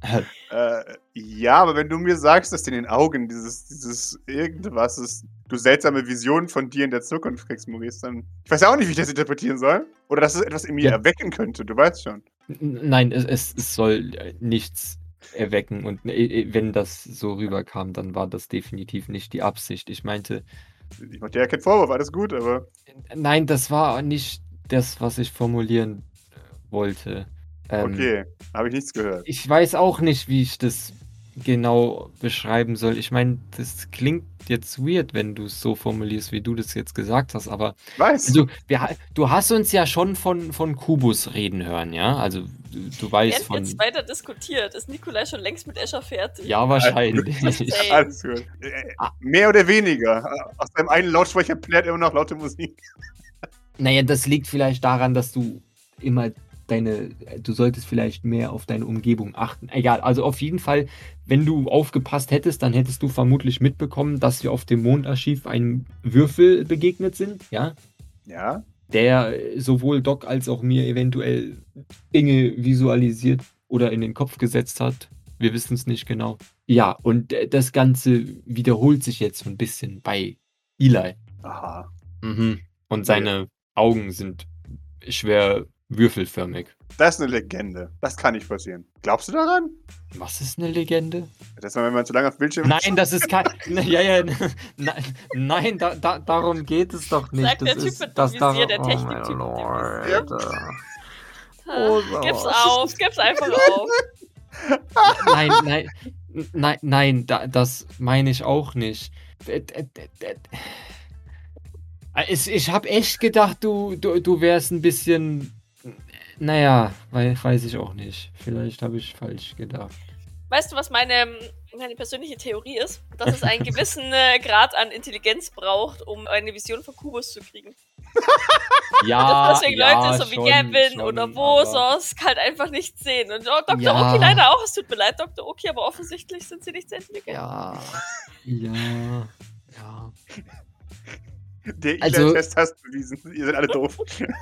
Äh, ja, aber wenn du mir sagst, dass in den Augen dieses, dieses irgendwas ist, du seltsame Visionen von dir in der Zukunft kriegst, Maurice, dann. Ich weiß ja auch nicht, wie ich das interpretieren soll. Oder dass es etwas in mir
Ja.
erwecken könnte, du weißt schon.
N- Nein, es, es, es soll äh, nichts erwecken und äh, äh, wenn das so rüberkam, dann war das definitiv nicht die Absicht. Ich meinte,
Ich mach dir ja keinen Vorwurf, alles gut, aber.
äh, nein, das war nicht das, was ich formulieren äh, wollte. Ähm,
Okay, habe ich nichts gehört.
Ich weiß auch nicht, wie ich das genau beschreiben soll. Ich meine, das klingt jetzt weird, wenn du es so formulierst, wie du das jetzt gesagt hast, aber
Weiß.
also, wir, ha- du hast uns ja schon von, von Kubus reden hören, ja? Also, du, du weißt
Während
von.
jetzt weiter diskutiert, ist Nikolai schon längst mit Escher fertig.
Ja, wahrscheinlich.
Ey.
Alles gut. Äh,
Ah.
Mehr oder weniger. Aus deinem einen Lautsprecher plärt immer noch laute Musik.
Naja, das liegt vielleicht daran, dass du immer deine, du solltest vielleicht mehr auf deine Umgebung achten. Egal, also auf jeden Fall, wenn du aufgepasst hättest, dann hättest du vermutlich mitbekommen, dass wir auf dem Mondarchiv einem Würfel begegnet sind, ja,
Ja?
der sowohl Doc als auch mir eventuell Dinge visualisiert oder in den Kopf gesetzt hat. Wir wissen es nicht genau. Ja, und äh, das Ganze wiederholt sich jetzt so ein bisschen bei Eli.
Aha.
Mhm. Und seine Augen sind schwer würfelförmig.
Das ist eine Legende. Das kann nicht passieren. Glaubst du daran?
Was ist eine Legende?
Das war, wenn man zu lange auf dem Bildschirm.
Nein, das ist kein. Ja, ja, nein, nein da, da, darum geht es doch nicht.
Sagt der
das
Typ
ist,
mit dem
das
Visier,
darum,
der
oh
Techniktyp
mein
mit dem
Lord.
Visier.
Äh. Oh,
Gib's
was?
auf, gib's einfach auf.
Nein, nein, nein, nein, da, das meine ich auch nicht. Äh, äh, äh, äh. Ich, ich habe echt gedacht, du, du, du wärst ein bisschen. Naja, weil, weiß ich auch nicht. Vielleicht habe ich falsch gedacht.
Weißt du, was meine, meine persönliche Theorie ist? Dass es einen gewissen äh, Grad an Intelligenz braucht, um eine Vision von Kubus zu kriegen.
Ja,
Deswegen
ja,
Leute so wie
schon,
Gavin
schon,
oder
aber-
Vosos halt einfach nicht sehen. Und oh, Doktor
Ja.
Oki leider auch. Es tut mir leid, Doktor Oki, aber offensichtlich sind sie nicht sehr intelligent.
Ja, ja, ja.
Der
Also-
Eli-Test hast bewiesen. Ihr seid alle doof.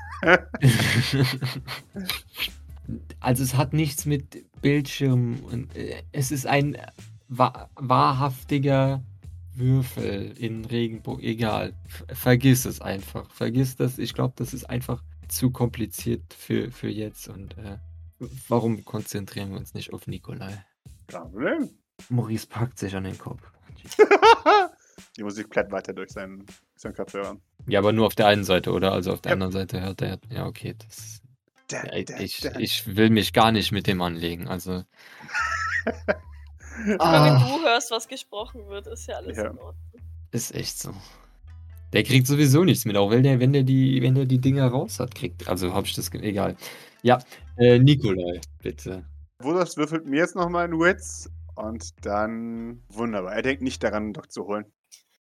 Also es hat nichts mit Bildschirm und äh, es ist ein wa wahrhaftiger Würfel in Regenbogen. Egal. F vergiss es einfach. Vergiss das. Ich glaube, das ist einfach zu kompliziert für, für jetzt. Und äh, warum konzentrieren wir uns nicht auf Nikolai?
Kein Problem.
Maurice packt sich an den Kopf.
Die Musik plätt weiter durch seinen, seinen Kopfhörer.
Ja, aber nur auf der einen Seite, oder? Also auf der
Ja.
anderen Seite hört er. Ja, okay. Das,
Da,
ja,
da,
ich,
da.
ich will mich gar nicht mit dem anlegen. Also.
Aber wenn
Ah,
du hörst, was gesprochen wird, ist ja alles
Ja.
in Ordnung.
ist echt so. Der kriegt sowieso nichts mit, auch wenn der, wenn der die, wenn der die Dinger raus hat, kriegt. Also hab ich das. ge- Egal. Ja, äh, Nikolai, bitte.
Wodurch würfelt mir jetzt nochmal einen Witz und dann. Wunderbar. Er denkt nicht daran, Doc zu holen.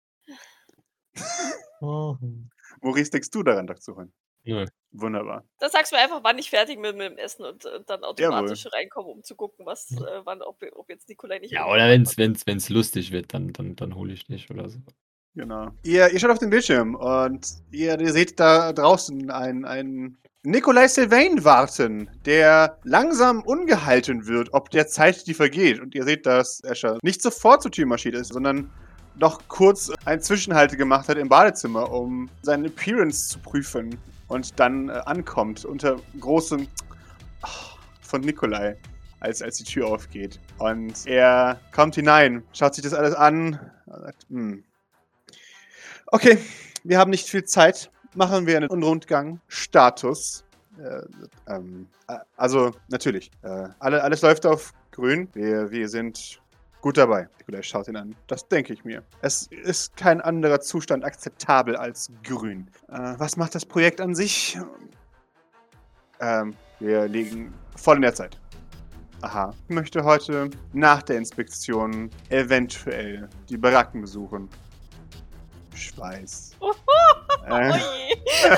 Maurice, denkst du daran, Doc zu holen?
Nö.
Wunderbar.
Dann sagst du mir einfach, wann ich fertig bin mit dem Essen und, und dann automatisch reinkomme, um zu gucken, was, äh, wann, ob, ob jetzt Nikolai nicht.
Ja,
irgendwo
oder
reinkommt.
wenn's, wenn's, wenn's lustig wird, dann, dann, dann hole ich dich oder so.
Genau. Ihr, ihr schaut auf den Bildschirm und ihr, ihr seht da draußen einen, einen Nikolai Sylvain warten, der langsam ungehalten wird, ob der Zeit, die vergeht. Und ihr seht, dass Escher nicht sofort zur Tür marschiert ist, sondern noch kurz einen Zwischenhalt gemacht hat im Badezimmer, um seine Appearance zu prüfen. Und dann äh, ankommt unter großem Ach, von Nikolai, als, als die Tür aufgeht. Und er kommt hinein, schaut sich das alles an und sagt, hm. Okay, wir haben nicht viel Zeit. Machen wir einen Rundgang. Status. Äh, ähm, äh, also, natürlich. Äh, alle, alles läuft auf grün. Wir, wir sind gut dabei. Nikolai schaut ihn an. Das denke ich mir. Es ist kein anderer Zustand akzeptabel als grün. Äh, was macht das Projekt an sich? Ähm, wir liegen voll in der Zeit. Aha. Ich möchte heute nach der Inspektion eventuell die Baracken besuchen. Schweiß.
Oh
äh,
je.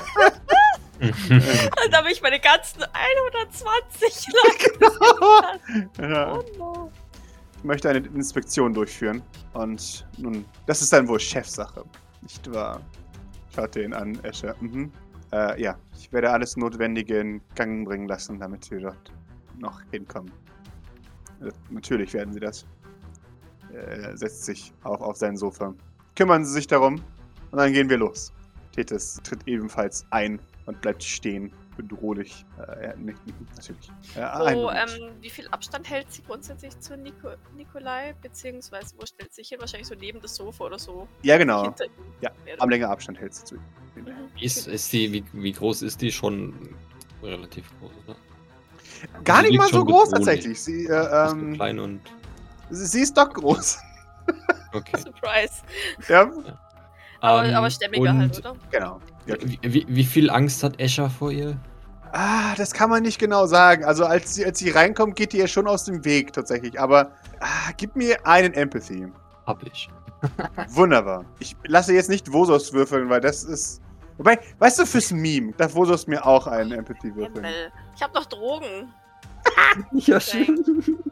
Da habe ich meine ganzen hundertzwanzig lang.
ja.
Oh no.
Ich möchte eine Inspektion durchführen. Und nun, das ist dann wohl Chefsache. Nicht wahr? Schaut den an, Escher. Mhm. Äh, ja, ich werde alles Notwendige in Gang bringen lassen, damit wir dort noch hinkommen. Äh, Natürlich werden sie das. Er setzt sich auch auf sein Sofa. Kümmern Sie sich darum und dann gehen wir los. Tethys tritt ebenfalls ein und bleibt stehen, bedrohlich. Äh, er nickt natürlich. Äh, einen
Wo,
Moment.
ähm, wie viel Abstand hält sie grundsätzlich zu Nico Nikolai? Beziehungsweise, wo stellt sie sich hin? Wahrscheinlich so neben das Sofa oder so.
Ja, genau.
Hinter ihm.
Ja,
Mehr oder
Armlänge Abstand hält sie zu ihm.
weniger. Mhm.
Ist, ist die, wie, wie groß ist die? Schon relativ groß, oder?
Gar
Sie
nicht
liegt
mal so
schon
groß
bedrohlich.
tatsächlich. Sie, äh,
Ist so
ähm,
klein und.
sie, sie ist doch groß.
Okay.
Surprise.
Ja,
Aber,
Ähm,
aber stämmiger
und
halt, oder?
genau. Ja.
Wie, wie, wie viel Angst hat Escher vor ihr?
Ah, das kann man nicht genau sagen. Also als sie, als sie reinkommt, geht die ihr schon aus dem Weg tatsächlich. Aber ah, gib mir einen Empathy.
Hab ich.
Wunderbar. Ich lasse jetzt nicht Vosos würfeln, weil das ist... Wobei, weißt du, fürs Meme darf Vosos mir auch einen Empathy würfeln.
Himmel. Ich hab noch Drogen.
Ja,
schön.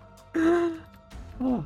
Oh.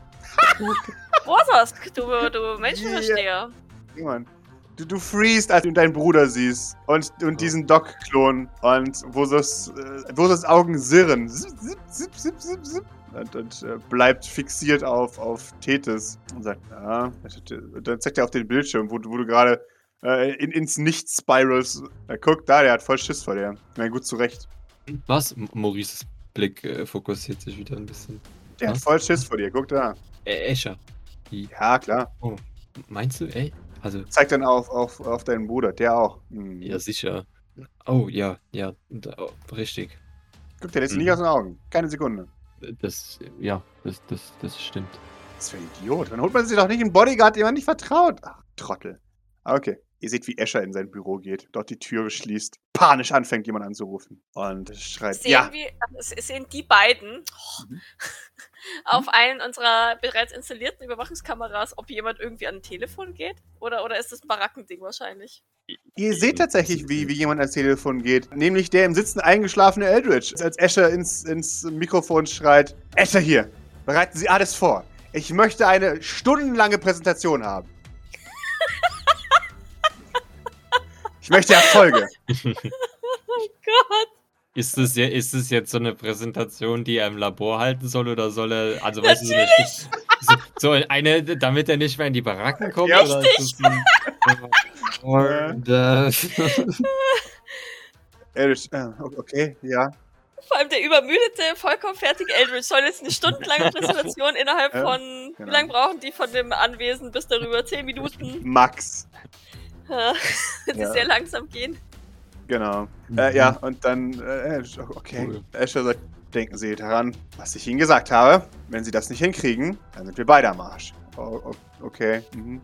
Vosos, du, du Menschenversteher.
Mann. Du, du freest, als du deinen Bruder siehst. Und, und diesen Doc-Klon. Und Vosos, äh, Vosos Augen sirren. Zip, zip, zip, zip, zip, zip. Und, und äh, bleibt fixiert auf, auf Tethys. Und sagt, ja. Und dann zeigt er auf den Bildschirm, wo, du- wo du gerade äh, in, ins Nichts spirals. Äh, guck, da, der hat voll Schiss vor dir. Na gut, zurecht.
Was? M- Maurices Blick äh, fokussiert sich wieder ein bisschen.
Der hat
Was?
voll Schiss vor dir. Guck da.
Äh, Escher. Wie?
Ja, klar.
Oh. Meinst du, ey? Also,
Zeig dann auf, auf, auf deinen Bruder. Der auch. Hm.
ja, sicher. Oh, ja, ja, da, oh, richtig.
Guck, der lässt sich
Mhm.
nicht aus den Augen. Keine Sekunde.
Das, ja, das, das, das stimmt.
Was für ein Idiot. Dann holt man sich doch nicht einen Bodyguard, dem man nicht vertraut. Ach, Trottel. Ah, okay. Ihr seht, wie Escher in sein Büro geht, dort die Tür schließt, panisch anfängt, jemand anzurufen. Und schreit,
Sehen,
ja.
wir, es- es sehen die beiden
Mhm.
auf einen unserer bereits installierten Überwachungskameras, ob jemand irgendwie an ein Telefon geht? Oder, oder ist das ein Barackending wahrscheinlich?
Ihr seht tatsächlich, wie, wie jemand ans Telefon geht. Nämlich der im Sitzen eingeschlafene Eldritch. Als Escher ins, ins Mikrofon schreit, Escher hier, bereiten Sie alles vor. Ich möchte eine stundenlange Präsentation haben. Ich möchte Erfolge.
Oh Gott!
Ist es, ja, ist es jetzt so eine Präsentation, die er im Labor halten soll, oder soll er, also weißt du, so eine, so, so eine, damit er nicht mehr in die Baracken kommt?
Ja.
Oder ist das ein, und, äh,
Eldritch, äh, okay, ja.
Vor allem der übermüdete, vollkommen fertige Eldritch soll jetzt eine stundenlange Präsentation innerhalb
Ja,
von,
genau.
wie lange brauchen die von dem Anwesen bis darüber? Zehn Minuten?
Max.
Die
Ja.
sehr langsam gehen.
Genau.
Mhm.
Äh, ja, und dann, äh, okay.
Cool.
Escher sagt, denken Sie daran, was ich Ihnen gesagt habe. Wenn Sie das nicht hinkriegen, dann sind wir beide am Arsch. Oh, oh, okay. Mhm.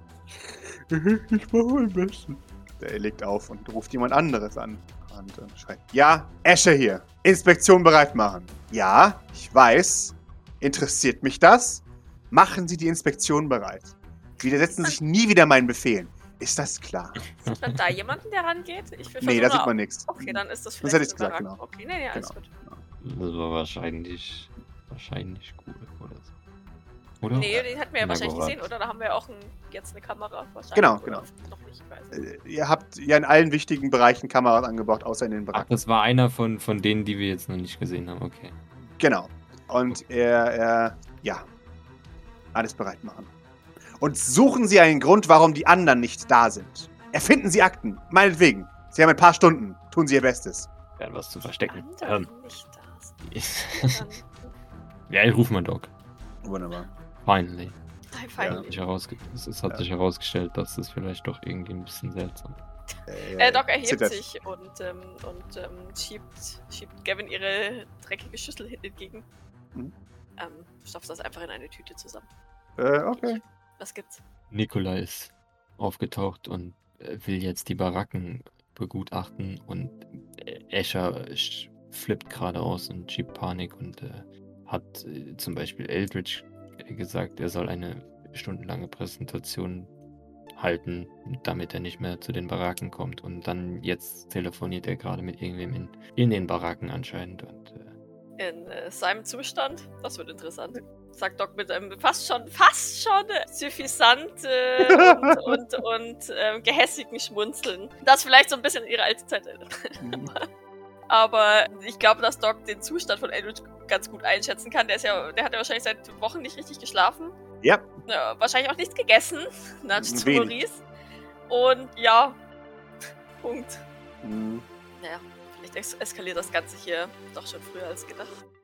Ich mache mein Bestes. Er legt auf und ruft jemand anderes an. Und äh, schreit, ja, Escher hier. Inspektion bereit machen. Ja, ich weiß. Interessiert mich das? Machen Sie die Inspektion bereit. Sie widersetzen sich nie wieder meinen Befehlen. Ist das klar?
Sieht man da jemanden, der rangeht? Ich will
Nee, da
versuchen,
sieht man nichts.
Okay, dann ist das
Sonst
vielleicht
hätte ich's
ein
gesagt,
Barack.
genau.
Okay, nee, nee, alles
Genau.
gut.
das war wahrscheinlich, wahrscheinlich cool, oder so. Oder?
Nee, den hatten wir ja wahrscheinlich
Laborat.
gesehen, oder? Da haben wir ja auch ein, jetzt eine Kamera wahrscheinlich.
Genau,
oder
genau.
Noch nicht, ich weiß nicht.
Äh, Ihr habt ja in allen wichtigen Bereichen Kameras angebracht, außer in den
Ach,
Baracken.
das war einer von, von denen, die wir jetzt noch nicht gesehen haben, okay.
Genau. Und er, er, ja, alles bereit machen. Und suchen Sie einen Grund, warum die anderen nicht da sind. Erfinden Sie Akten, meinetwegen. Sie haben ein paar Stunden. Tun Sie Ihr Bestes.
Werden was zu verstecken.
Andere
Ähm,
nicht da sind. Dann-
ja, ich ruf mal Doc.
Wunderbar.
Finally.
Nein,
Es
fein.
hat, sich, herausge es, es hat
Ja.
sich herausgestellt, dass das vielleicht doch irgendwie ein bisschen seltsam
Äh, Doc erhebt
zittert.
sich und, ähm, und ähm, schiebt, schiebt Gavin ihre dreckige Schüssel hin- entgegen.
Mhm.
Ähm, stopft das einfach in eine Tüte zusammen.
Äh, okay.
Was gibt's?
Nikolai ist aufgetaucht und äh, will jetzt die Baracken begutachten und äh, Escher sch- flippt gerade aus und schiebt Panik und äh, hat äh, zum Beispiel Eldritch äh, gesagt, er soll eine stundenlange Präsentation halten, damit er nicht mehr zu den Baracken kommt. Und dann jetzt telefoniert er gerade mit irgendwem in, in den Baracken anscheinend. Und äh,
In äh, seinem Zustand, das wird interessant, sagt Doc mit einem fast schon, fast schon äh, suffisant äh, und, und, und ähm, gehässigen Schmunzeln. Das vielleicht so ein bisschen an ihre alte Zeit erinnert.
Mhm.
Aber ich glaube, dass Doc den Zustand von Eldritch ganz gut einschätzen kann. Der ist ja, der hat ja wahrscheinlich seit Wochen nicht richtig geschlafen.
Ja.
Ja, wahrscheinlich auch nichts gegessen. Nudge zu
Wenig.
Maurice. Und ja, Punkt.
Mhm.
Naja, vielleicht es eskaliert das Ganze hier doch schon früher als gedacht.